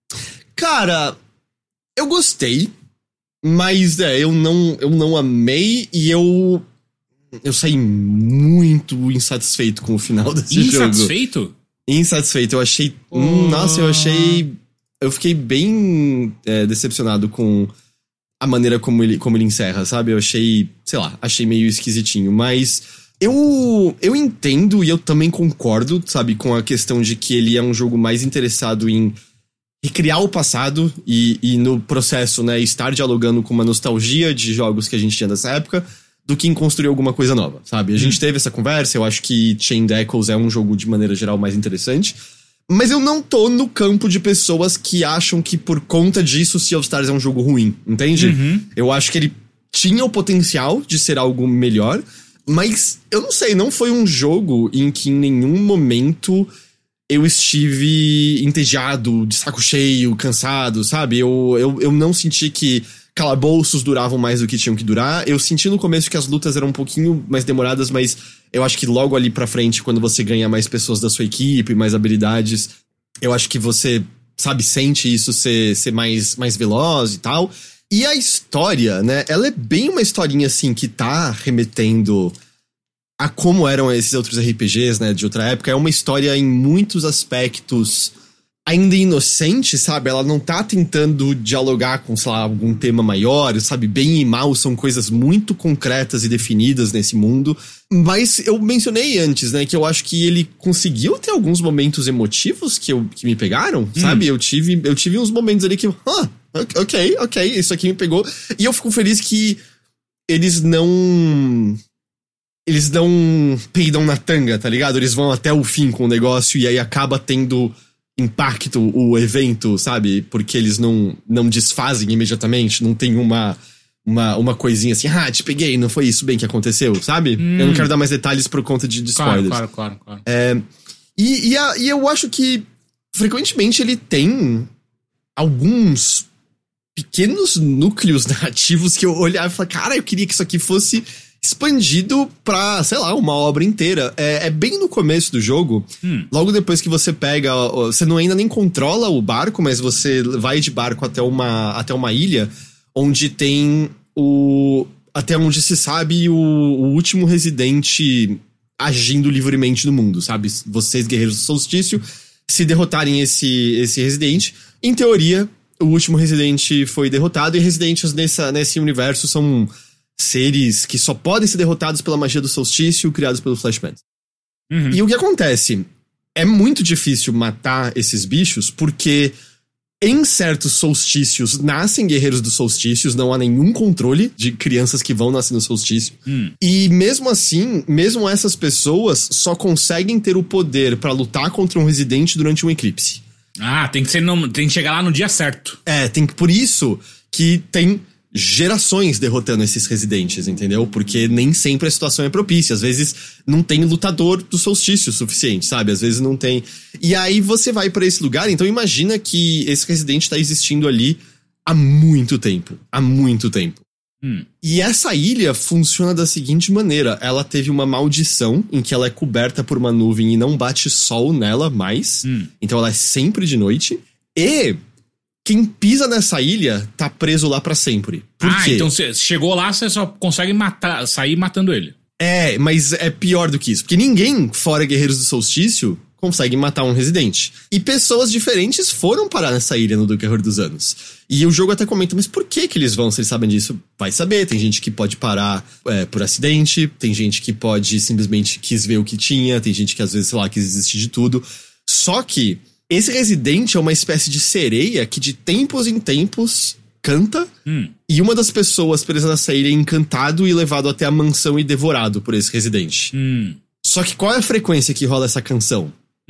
S1: Cara, eu gostei, mas eu não amei e eu saí muito insatisfeito com o final desse jogo.
S2: Insatisfeito?
S1: Insatisfeito, eu achei... Nossa, eu fiquei bem decepcionado com a maneira como ele encerra, sabe? Eu achei, achei meio esquisitinho, mas eu entendo e eu também concordo, sabe, com a questão de que ele é um jogo mais interessado em recriar o passado e no processo, né, estar dialogando com uma nostalgia de jogos que a gente tinha dessa época, do que em construir alguma coisa nova, sabe? A gente teve essa conversa, eu acho que Chained Echoes é um jogo de maneira geral mais interessante, mas eu não tô no campo de pessoas que acham que por conta disso Sea of Stars é um jogo ruim, entende? Eu acho que ele tinha o potencial de ser algo melhor, mas eu não sei, não foi um jogo em que em nenhum momento eu estive entediado, de saco cheio, cansado, sabe? Eu não senti que calabouços duravam mais do que tinham que durar. Eu senti no começo que as lutas eram um pouquinho mais demoradas, mas eu acho que logo ali pra frente, quando você ganha mais pessoas da sua equipe, mais habilidades, eu acho que você, sabe, sente isso ser mais veloz e tal. E a história, né, ela é bem uma historinha, assim, que tá remetendo a como eram esses outros RPGs, né, de outra época. É uma história em muitos aspectos ainda inocente, sabe? Ela não tá tentando dialogar com, sei lá, algum tema maior, sabe? Bem e mal são coisas muito concretas e definidas nesse mundo. Mas eu mencionei antes, né, que eu acho que ele conseguiu ter alguns momentos emotivos que me pegaram, sabe? Eu tive uns momentos ali que ok, isso aqui me pegou. E eu fico feliz que eles não peidam na tanga, tá ligado? Eles vão até o fim com o negócio e aí acaba tendo impacto o evento, sabe? Porque eles não desfazem imediatamente, não tem uma coisinha assim, te peguei, não foi isso bem que aconteceu, sabe? Eu não quero dar mais detalhes por conta de spoilers.
S2: Claro.
S1: E eu acho que frequentemente ele tem alguns pequenos núcleos narrativos que eu olhava e falava, cara, eu queria que isso aqui fosse expandido pra, sei lá, uma obra inteira. É bem no começo do jogo, logo depois que você pega, você não ainda nem controla o barco, mas você vai de barco até uma ilha, onde tem até onde se sabe o último residente agindo livremente no mundo, sabe? Vocês, guerreiros do solstício, se derrotarem esse residente, em teoria, o último residente foi derrotado, e residentes nesse universo são seres que só podem ser derrotados pela magia do solstício, criados pelo Flashman. E o que acontece? É muito difícil matar esses bichos, porque Em certos solstícios, nascem guerreiros dos solstícios, não há nenhum controle de crianças que vão nascer no solstício. E mesmo assim, mesmo essas pessoas só conseguem ter o poder pra lutar contra um residente durante um eclipse.
S2: Ah, tem que chegar lá no dia certo.
S1: Por isso que tem gerações derrotando esses residentes, entendeu? Porque nem sempre a situação é propícia. Às vezes não tem lutador do solstício suficiente, sabe? Às vezes não tem. E aí você vai pra esse lugar, então imagina que esse residente tá existindo ali há muito tempo. Há muito tempo. E essa ilha funciona da seguinte maneira. Ela teve uma maldição em que ela é coberta por uma nuvem e não bate sol nela mais. Então ela é sempre de noite. E quem pisa nessa ilha tá preso lá pra sempre. Por quê?
S2: Então você chegou lá, você só consegue sair matando ele.
S1: Mas é pior do que isso. Porque ninguém, fora Guerreiros do Solstício, consegue matar um residente. E pessoas diferentes foram parar nessa ilha no decorrer dos anos. E o jogo até comenta, mas por que eles vão, se eles sabem disso? Vai saber, tem gente que pode parar por acidente, tem gente que pode simplesmente quis ver o que tinha, tem gente que às vezes, sei lá, quis desistir de tudo. Só que esse residente é uma espécie de sereia que de tempos em tempos canta, e uma das pessoas presas nessa ilha é encantado e levado até a mansão e devorado por esse residente. Só que qual é a frequência que rola essa canção?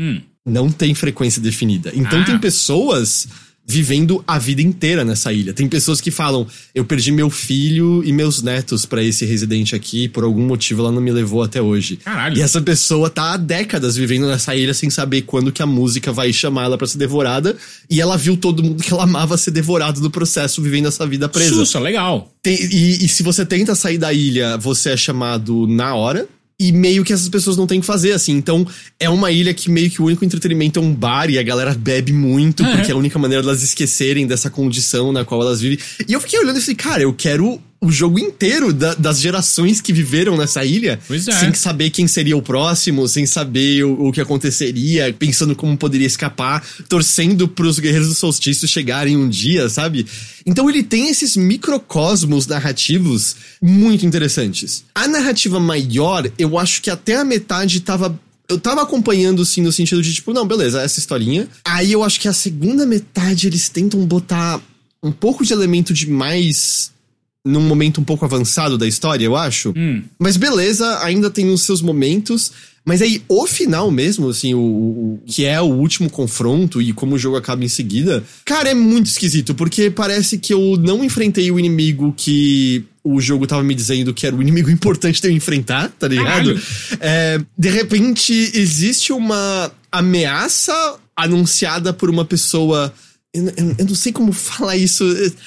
S1: Não tem frequência definida. Então tem pessoas vivendo a vida inteira nessa ilha. Tem pessoas que falam, eu perdi meu filho e meus netos pra esse residente aqui, por algum motivo ela não me levou até hoje.
S2: Caralho.
S1: E essa pessoa tá há décadas vivendo nessa ilha sem saber quando que a música vai chamar ela pra ser devorada, e ela viu todo mundo que ela amava ser devorado no processo, vivendo essa vida presa.
S2: Sussa, legal.
S1: E se você tenta sair da ilha, você é chamado na hora. E meio que essas pessoas não têm o que fazer, assim. Então, é uma ilha que meio que o único entretenimento é um bar e a galera bebe muito, porque é a única maneira delas esquecerem dessa condição na qual elas vivem. E eu fiquei olhando e falei, cara, eu quero o jogo inteiro das gerações que viveram nessa ilha, sem saber quem seria o próximo, sem saber o que aconteceria, pensando como poderia escapar, torcendo pros Guerreiros do Solstício chegarem um dia, sabe? Então ele tem esses microcosmos narrativos muito interessantes. A narrativa maior, eu acho que até a metade eu tava acompanhando, sim, no sentido de, tipo, não, beleza, essa historinha. Aí eu acho que a segunda metade eles tentam botar um pouco de elemento demais num momento um pouco avançado da história, eu acho. Mas beleza, ainda tem os seus momentos. Mas aí, o final mesmo, assim, o que é o último confronto e como o jogo acaba em seguida, cara, é muito esquisito, porque parece que eu não enfrentei o inimigo que o jogo tava me dizendo que era o inimigo importante de eu enfrentar, tá ligado? De repente, existe uma ameaça anunciada por uma pessoa... Eu não sei como falar isso...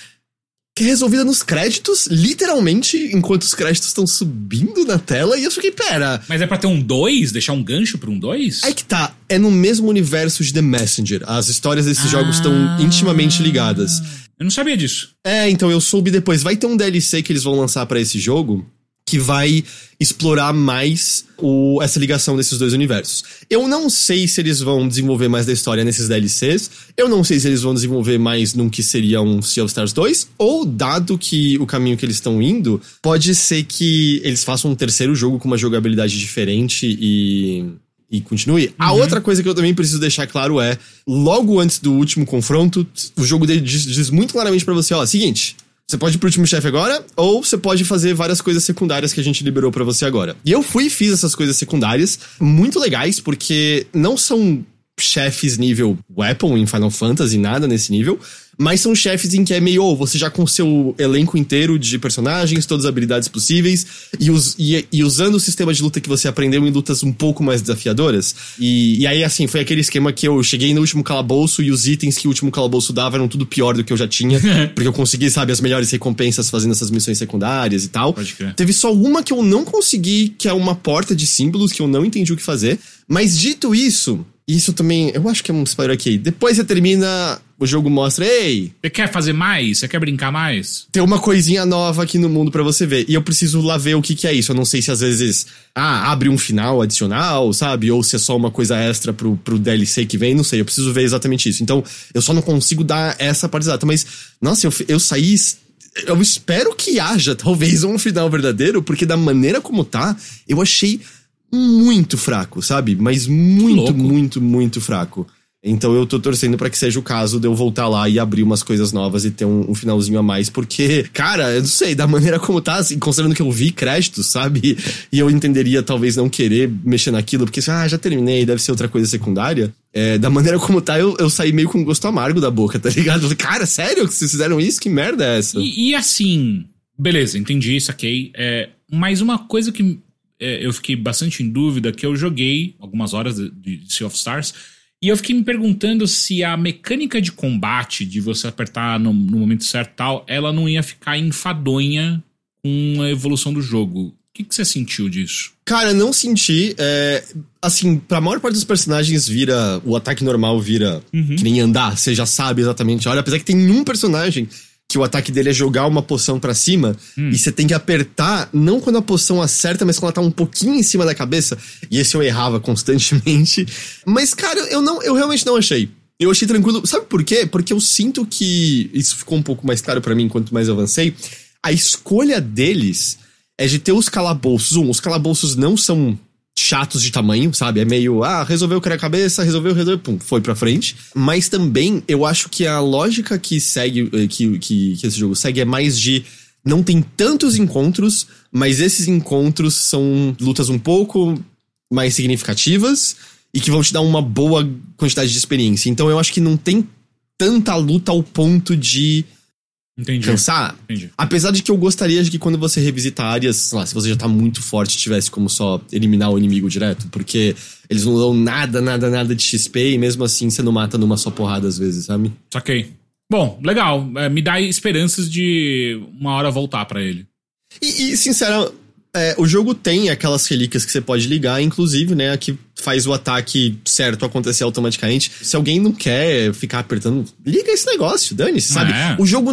S1: que é resolvida nos créditos, literalmente, enquanto os créditos estão subindo na tela, e eu fiquei, pera...
S2: Mas é pra ter um 2? Deixar um gancho pra um 2?
S1: Aí que tá, é no mesmo universo de The Messenger. As histórias desses jogos estão intimamente ligadas.
S2: Eu não sabia disso.
S1: Então eu soube depois. Vai ter um DLC que eles vão lançar pra esse jogo, que vai explorar mais essa ligação desses dois universos. Eu não sei se eles vão desenvolver mais da história nesses DLCs, eu não sei se eles vão desenvolver mais num que seria um Sea of Stars 2, ou dado que o caminho que eles estão indo, pode ser que eles façam um terceiro jogo com uma jogabilidade diferente e continue. A outra coisa que eu também preciso deixar claro é, logo antes do último confronto, o jogo dele diz muito claramente pra você, ó, seguinte... Você pode ir pro último chefe agora, ou você pode fazer várias coisas secundárias que a gente liberou pra você agora. E eu fui e fiz essas coisas secundárias, muito legais, porque não são chefes nível Weapon em Final Fantasy, nada nesse nível, mas são chefes em que é meio, você já com seu elenco inteiro de personagens, todas as habilidades possíveis, e usando o sistema de luta que você aprendeu em lutas um pouco mais desafiadoras. E aí, assim, foi aquele esquema que eu cheguei no último calabouço e os itens que o último calabouço dava eram tudo pior do que eu já tinha, porque eu consegui, sabe, as melhores recompensas fazendo essas missões secundárias e tal.
S2: Pode crer.
S1: Teve só uma que eu não consegui, que é uma porta de símbolos, que eu não entendi o que fazer, mas dito isso... Isso também, eu acho que é um spoiler aqui. Depois você termina, o jogo mostra, ei...
S2: Você quer fazer mais? Você quer brincar mais?
S1: Tem uma coisinha nova aqui no mundo pra você ver. E eu preciso lá ver o que é isso. Eu não sei se às vezes, abre um final adicional, sabe? Ou se é só uma coisa extra pro DLC que vem, não sei. Eu preciso ver exatamente isso. Então, eu só não consigo dar essa parte exata. Mas, nossa, eu saí... Eu espero que haja, talvez, um final verdadeiro, porque da maneira como tá, eu achei... muito fraco, sabe? Mas muito, muito, muito fraco. Então eu tô torcendo pra que seja o caso de eu voltar lá e abrir umas coisas novas e ter um finalzinho a mais. Porque, cara, eu não sei, da maneira como tá, assim, considerando que eu vi créditos, sabe? E eu entenderia talvez não querer mexer naquilo, porque já terminei, deve ser outra coisa secundária. Da maneira como tá, eu saí meio com gosto amargo da boca, tá ligado? Eu falei, cara, sério que vocês fizeram isso? Que merda é essa?
S2: E assim, beleza, entendi, saquei. Mas uma coisa que eu fiquei bastante em dúvida, que eu joguei algumas horas de Sea of Stars, e eu fiquei me perguntando se a mecânica de combate, de você apertar no momento certo e tal, ela não ia ficar enfadonha com a evolução do jogo. O que você sentiu disso?
S1: Cara, não senti. Assim, pra maior parte dos personagens o ataque normal vira que nem andar. Você já sabe exatamente. Olha, apesar que tem um personagem que o ataque dele é jogar uma poção pra cima, e você tem que apertar, não quando a poção acerta, mas quando ela tá um pouquinho em cima da cabeça. E esse eu errava constantemente. Mas, cara, eu realmente não achei. Eu achei tranquilo. Sabe por quê? Porque eu sinto que isso ficou um pouco mais claro pra mim quanto mais eu avancei. A escolha deles é de ter os calabouços. Os calabouços não são chatos de tamanho, sabe? É meio, resolveu criar a cabeça, resolveu, pum, foi pra frente. Mas também, eu acho que a lógica que segue, que esse jogo segue é mais de, não tem tantos encontros, mas esses encontros são lutas um pouco mais significativas e que vão te dar uma boa quantidade de experiência. Então eu acho que não tem tanta luta ao ponto de cansar.
S2: Entendi.
S1: Apesar de que eu gostaria de que quando você revisita áreas, sei lá, se você já tá muito forte, tivesse como só eliminar o inimigo direto, porque eles não dão nada de XP e mesmo assim você não mata numa só porrada às vezes, sabe?
S2: Saquei. Bom, legal. Me dá esperanças de uma hora voltar pra ele.
S1: E sinceramente, o jogo tem aquelas relíquias que você pode ligar, inclusive, né, que faz o ataque certo acontecer automaticamente. Se alguém não quer ficar apertando, liga esse negócio, dane-se, sabe? O jogo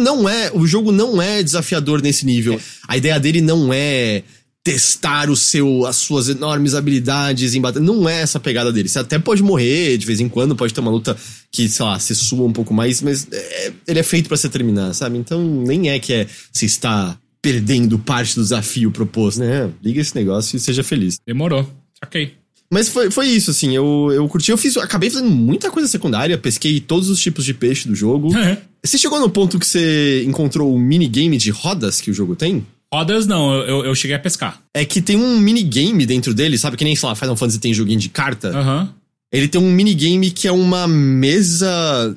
S1: não é desafiador nesse nível. A ideia dele não é testar as suas enormes habilidades em batalha. Não é essa pegada dele. Você até pode morrer de vez em quando, pode ter uma luta que, sei lá, se sua um pouco mais, mas ele é feito pra você terminar, sabe? Então nem é que você está perdendo parte do desafio proposto, né? Liga esse negócio e seja feliz.
S2: Demorou. Ok.
S1: Mas foi isso, assim, eu curti. Acabei fazendo muita coisa secundária, pesquei todos os tipos de peixe do jogo. Você chegou no ponto que você encontrou o minigame de rodas que o jogo tem?
S2: Rodas não, eu cheguei a pescar.
S1: É que tem um minigame dentro dele, sabe? Que nem, sei lá, Final Fantasy tem joguinho de carta. Ele tem um minigame que é uma mesa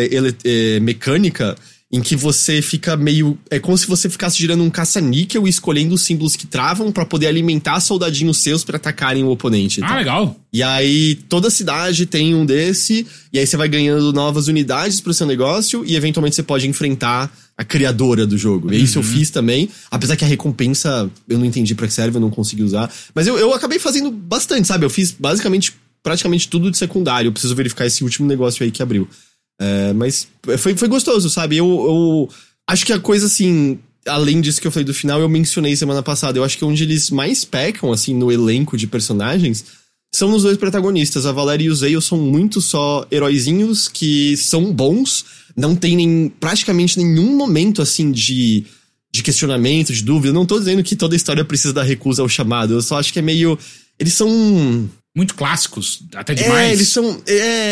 S1: mecânica em que você fica meio... É como se você ficasse girando um caça-níquel e escolhendo os símbolos que travam pra poder alimentar soldadinhos seus pra atacarem o oponente.
S2: Legal.
S1: E aí, toda cidade tem um desse, e aí você vai ganhando novas unidades pro seu negócio, e eventualmente você pode enfrentar a criadora do jogo. E isso eu fiz também, apesar que a recompensa eu não entendi pra que serve, eu não consegui usar. Mas eu acabei fazendo bastante, sabe? Eu fiz praticamente tudo de secundário. Eu preciso verificar esse último negócio aí que abriu. Mas foi gostoso, sabe? Eu acho que a coisa, assim, além disso que eu falei do final, eu mencionei semana passada. Eu acho que onde eles mais pecam, assim, no elenco de personagens, são nos dois protagonistas. A Valéria e o Zale são muito só heróizinhos que são bons. Não tem praticamente nenhum momento, assim, de questionamento, de dúvida. Eu não tô dizendo que toda história precisa dar recusa ao chamado. Eu só acho que é meio... Eles são...
S2: muito clássicos, até demais.
S1: Eles são...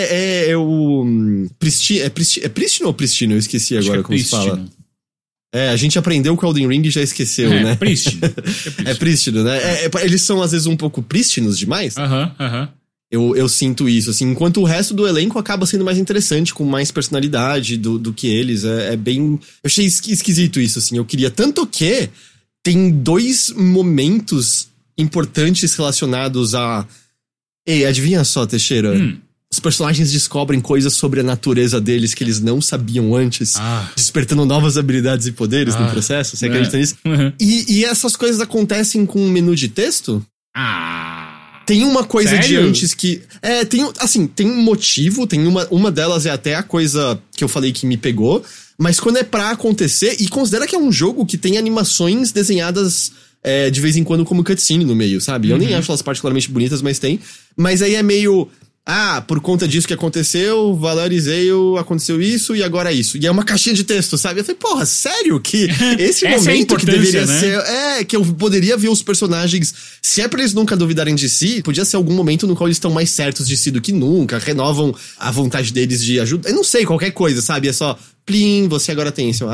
S1: É Prístino ou Pristino? Eu esqueci agora como se fala. A gente aprendeu com o Elden Ring e já esqueceu, né?
S2: Prístino.
S1: É Prístino, né? Eles são, às vezes, um pouco prístinos demais. Eu sinto isso, assim. Enquanto o resto do elenco acaba sendo mais interessante, com mais personalidade do que eles. É bem... Eu achei esquisito isso, assim. Eu queria... Tanto que tem 2 momentos importantes relacionados a... Ei, adivinha só, Teixeira? Os personagens descobrem coisas sobre a natureza deles que eles não sabiam antes, despertando novas habilidades e poderes no processo. Você acredita nisso? E essas coisas acontecem com um menu de texto? Tem uma coisa de antes que... tem um motivo, tem uma delas é até a coisa que eu falei que me pegou, mas quando é pra acontecer, e considera que é um jogo que tem animações desenhadas... de vez em quando como cutscene no meio, sabe? Eu nem acho elas particularmente bonitas, mas tem. Mas aí é meio... por conta disso que aconteceu, valorizei, aconteceu isso e agora isso. E é uma caixinha de texto, sabe? Eu falei, porra, sério que esse momento que deveria ser... que eu poderia ver os personagens, se é pra eles nunca duvidarem de si, podia ser algum momento no qual eles estão mais certos de si do que nunca, renovam a vontade deles de ajuda. Eu não sei, qualquer coisa, sabe? É só, plim, você agora tem isso.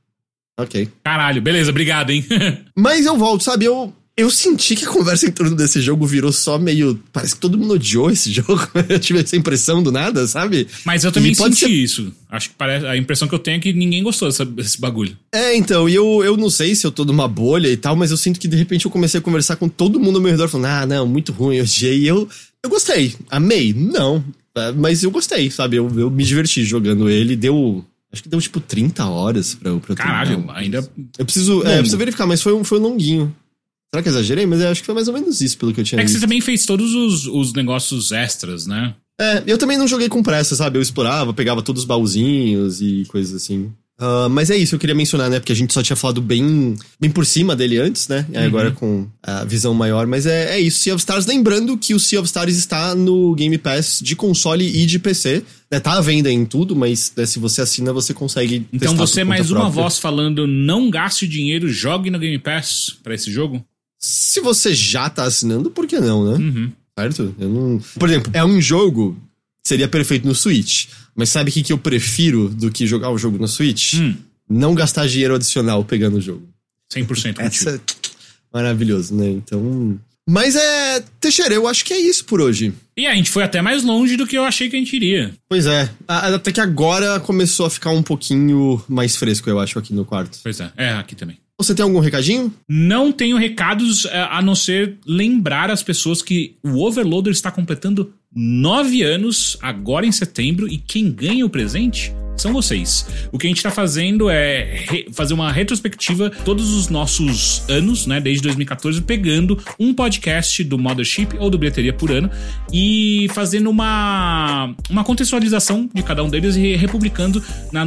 S1: Ok.
S2: Caralho, beleza, obrigado, hein?
S1: Mas eu volto, sabe? Eu senti que a conversa em torno desse jogo virou só meio... Parece que todo mundo odiou esse jogo. Eu tive essa impressão do nada, sabe?
S2: Mas eu também senti isso. Acho que a impressão que eu tenho é que ninguém gostou desse bagulho.
S1: Então, e eu não sei se eu tô numa bolha e tal, mas eu sinto que de repente eu comecei a conversar com todo mundo ao meu redor, falando, não, muito ruim, eu odiei. E eu gostei. Amei? Não. Mas eu gostei, sabe? Eu me diverti jogando ele. Acho que deu tipo 30 horas pra eu
S2: Caralho, ainda...
S1: Eu preciso verificar, mas foi um longuinho. Será que eu exagerei? Mas eu acho que foi mais ou menos isso, pelo que eu tinha visto.
S2: É que você também fez todos os negócios extras, né?
S1: Eu também não joguei com pressa, sabe? Eu explorava, pegava todos os baúzinhos e coisas assim. Mas é isso, eu queria mencionar, né? Porque a gente só tinha falado bem por cima dele antes, né? E agora com a visão maior. Mas é isso, Sea of Stars. Lembrando que o Sea of Stars está no Game Pass de console e de PC. Tá à venda em tudo, mas se você assina, você consegue...
S2: Então você é mais uma voz falando, não gaste dinheiro, jogue no Game Pass pra esse jogo?
S1: Se você já tá assinando, por que não, né? Certo? Eu não... Por exemplo, é um jogo que seria perfeito no Switch. Mas sabe o que eu prefiro do que jogar o jogo no Switch? Não gastar dinheiro adicional pegando o jogo.
S2: 100%
S1: contigo. Maravilhoso, né? Então... Mas Teixeira, eu acho que é isso por hoje.
S2: E a gente foi até mais longe do que eu achei que a gente iria.
S1: Pois é. Até que agora começou a ficar um pouquinho mais fresco, eu acho, aqui no quarto.
S2: Pois é. Aqui também.
S1: Você tem algum recadinho?
S2: Não tenho recados, a não ser lembrar as pessoas que o Overloader está completando 9 anos, agora em setembro, e quem ganha o presente são vocês. O que a gente está fazendo é fazer uma retrospectiva todos os nossos anos, né, desde 2014, pegando um podcast do Mothership ou do Bilheteria por ano e fazendo uma contextualização de cada um deles e republicando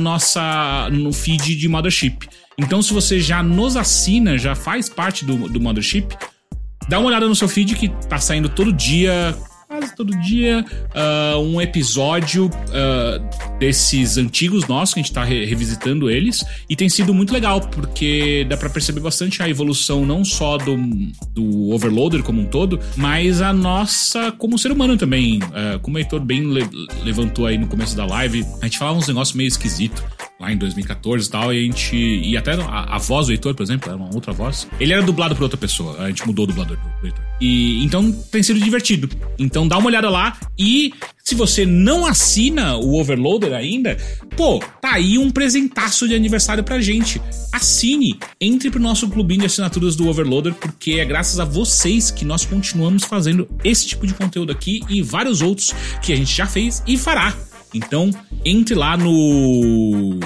S2: no feed de Mothership. Então, se você já nos assina, já faz parte do Mothership, dá uma olhada no seu feed que tá saindo todo dia, quase todo dia, um episódio desses antigos nossos, que a gente tá revisitando eles, e tem sido muito legal, porque dá pra perceber bastante a evolução não só do Overloader como um todo, mas a nossa como ser humano também. Como o Heitor bem levantou aí no começo da live, a gente falava uns negócios meio esquisitos lá em 2014 e tal, e até a voz do Heitor, por exemplo, era uma outra voz. Ele era dublado por outra pessoa, a gente mudou o dublador do Heitor. E então tem sido divertido. Então dá uma olhada lá, e se você não assina o Overloader ainda, tá aí um presentaço de aniversário pra gente. Assine, entre pro nosso clubinho de assinaturas do Overloader, porque é graças a vocês que nós continuamos fazendo esse tipo de conteúdo aqui e vários outros que a gente já fez e fará. Então, entre lá no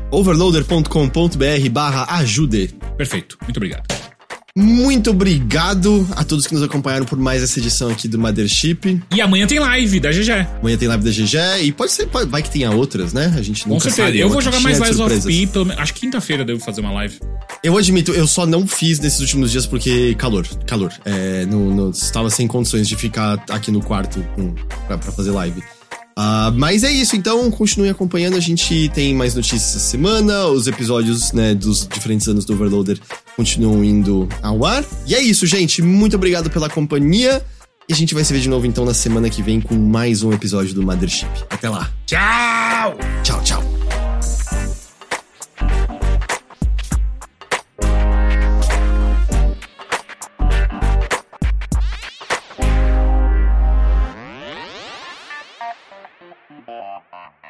S1: overloader.com.br/ajude.
S2: Perfeito, muito obrigado.
S1: Muito obrigado a todos que nos acompanharam por mais essa edição aqui do Mothership.
S2: E amanhã tem live da GG.
S1: Amanhã tem live da GG e vai que tenha outras, né? A gente nunca sabe.
S2: Com certeza, eu vou jogar mais Lies of P, acho que quinta-feira eu devo fazer uma live.
S1: Eu admito, eu só não fiz nesses últimos dias porque calor. Não estava sem condições de ficar aqui no quarto pra fazer live. Mas é isso, então continue acompanhando, a gente tem mais notícias essa semana, os episódios, né, dos diferentes anos do Overloader continuam indo ao ar. E é isso, gente, muito obrigado pela companhia, e a gente vai se ver de novo então na semana que vem com mais um episódio do Mothership. Até lá.
S2: Tchau!
S1: Tchau, tchau.
S4: Bye.